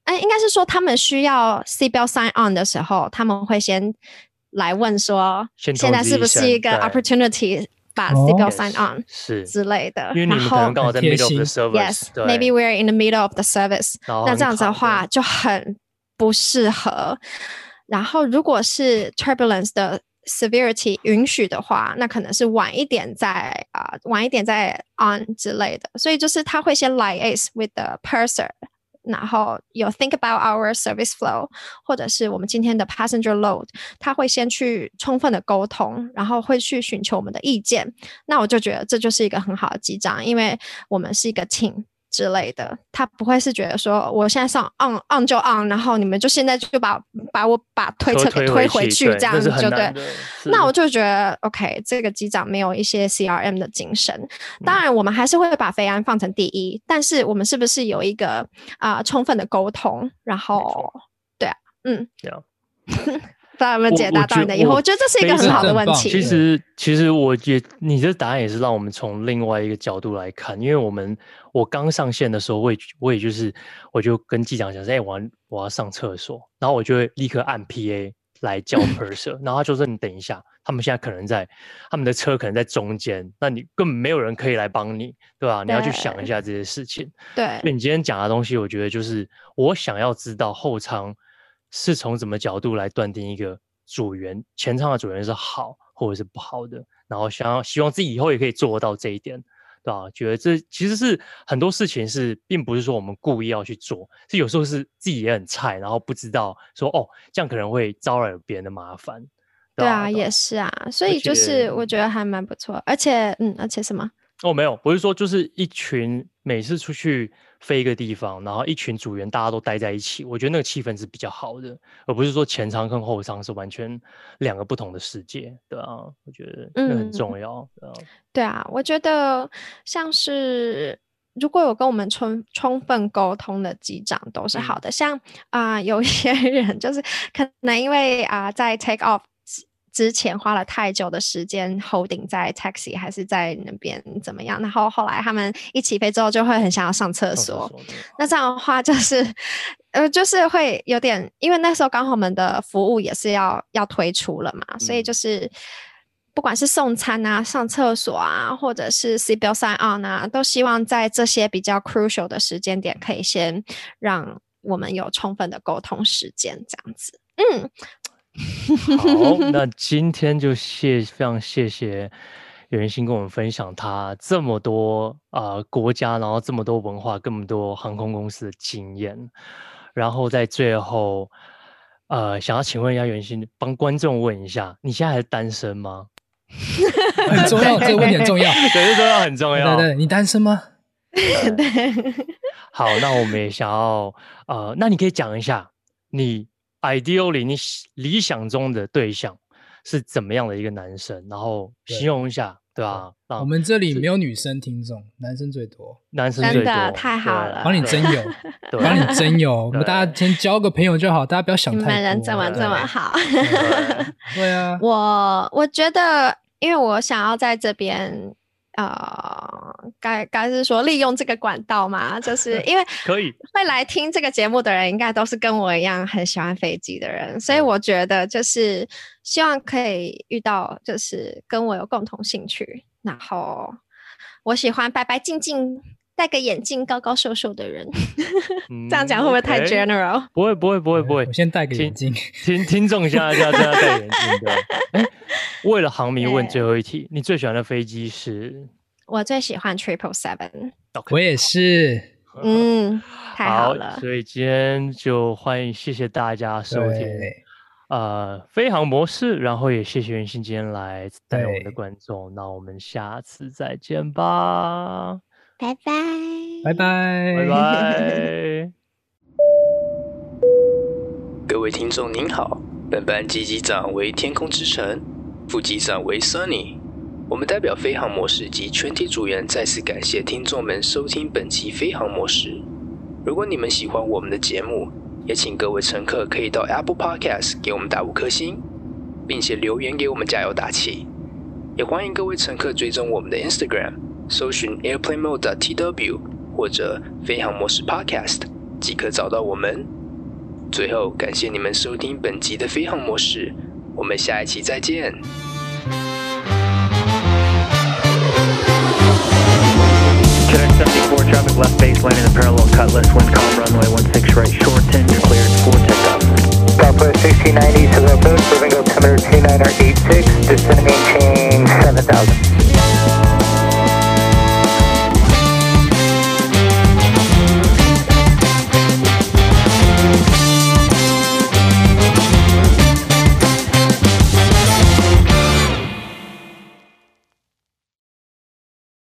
哎，应该是说他们需要 seatbelt sign on 的时候，他们会先来问说，现在是不是一个 opportunity 把 seatbelt sign on 是之类的？ 因为你们可能刚好在 middle of the service。 Yes, maybe we're in the middle of the service。 那这样子的话就很不适合。然后如果是 turbulence 的 severity 允许的话，那可能是晚一点再啊、呃，晚一点再 on 之类的。所以就是他会先 liaise with the purser， 然后有 think about our service flow， 或者是我们今天的 passenger load， 他会先去充分的沟通，然后会去寻求我们的意见。那我就觉得这就是一个很好的机长，因为我们是一个 team之类的，他不会是觉得说我现在上 on on 就 on， 然后你们就现在就把把我把推车给推回去，这样子就对。那我就觉得 OK， 这个机长没有一些 C R M 的精神。当然我们还是会把飞安放成第一，但是我们是不是有一个啊、呃、充分的沟通，然后对啊，嗯，对啊。不知道有没有解答到你的疑惑？我觉得这是一个很好的问题。 其实，其实我也，你这答案也是让我们从另外一个角度来看，因为我们我刚上线的时候，我也我也就是，我就跟机长讲说，哎、欸，我要我要上厕所，然后我就会立刻按 P A 来叫 purser， 然后他就说你等一下，他们现在可能在他们的车可能在中间，那你根本没有人可以来帮你，对吧？你要去想一下这些事情。 对， 所以你今天讲的东西，我觉得就是我想要知道后舱是从什么角度来断定一个组员前舱的组员是好或者是不好的，然后想要希望自己以后也可以做到这一点，对吧？觉得这其实是很多事情是并不是说我们故意要去做，是有时候是自己也很菜，然后不知道说哦这样可能会招来别人的麻烦。 对啊，对啊也是啊，所以就是我觉得还蛮不错，而且嗯，而且什么？ 哦，没有，我是说就是一群每次出去飞一个地方，然后一群组员大家都待在一起，我觉得那个气氛是比较好的，而不是说前舱跟后舱是完全两个不同的世界，对啊，我觉得那很重要。嗯、对啊， 对啊，我觉得像是如果有跟我们充充分沟通的机长都是好的，嗯、像啊、呃、有一些人就是可能因为啊、呃、在 take off之前花了太久的时间 holding 在 taxi 还是在那边怎么样，然后后来他们一起飞之后就会很想要上厕所，那这样的话就是呃，就是会有点，因为那时候刚好我们的服务也是要要推出了嘛、嗯、所以就是不管是送餐啊上厕所啊或者是 seatbelt sign on 啊，都希望在这些比较 crucial 的时间点可以先让我们有充分的沟通时间这样子。嗯好，那今天就谢非常谢谢袁心跟我们分享他这么多呃国家，然后这么多文化，这么多航空公司的经验。然后在最后，呃，想要请问一下袁心，帮观众问一下，你现在还是单身吗？ 很重要，这个问题很重要， 对，这重要，很重要。 对对，你单身吗？ 对。 好，那我们也想要呃，那你可以讲一下你。ideally 你理想中的对象是怎么样的一个男生，然后形容一下， 对, 对吧？ 我们这里没有女生听众，男生最多， 男生最多， 真的太好了， 帮你征友，帮你征友，我们大家先交个朋友就好，大家不要想太多。 你们人怎么这么好？ 对, 对啊， 我我觉得，因为我想要在这边。呃，该该是说利用这个管道嘛，就是因为可以会来听这个节目的人，应该都是跟我一样很喜欢飞机的人，所以我觉得就是希望可以遇到就是跟我有共同兴趣，然后我喜欢白白净净、戴个眼镜、高高瘦瘦的人。嗯、这样讲会不会太 general？、 okay. 不会，不会，不会，不会。 我先戴个眼镜， 听听众现在要这样戴眼镜的。哎，为了航迷问最后一题，你最喜欢的飞机是？ 我最喜欢 triple seven。 我也是。 嗯，太好了。 好，所以今天就欢迎，谢谢大家收听。呃，飞航模式，然后也谢谢袁心今天来带我们的观众，那我们下次再见吧。 拜拜， 拜拜， 拜拜。 各位听众您好，本班机机长为天空之城，副机长为 Sunny。我们代表飞航模式及全体组员再次感谢听众们收听本期飞航模式。如果你们喜欢我们的节目，也请各位乘客可以到 Apple Podcast 给我们打五颗星，并且留言给我们加油打气。也欢迎各位乘客追踪我们的 Instagram。搜寻 airplane mode 点 t w 或者飞航模式 podcast 即可找到我们。 最后，感谢你们收听本集的飞航模式，我们下一期再见。 Jet seventy-four traffic left base landing the parallel cutlass, wind calm runway one six right shorten, cleared for takeoff. Southwest sixteen ninety to the approach, moving altimeter two nine eight six, descending maintain seven thousand.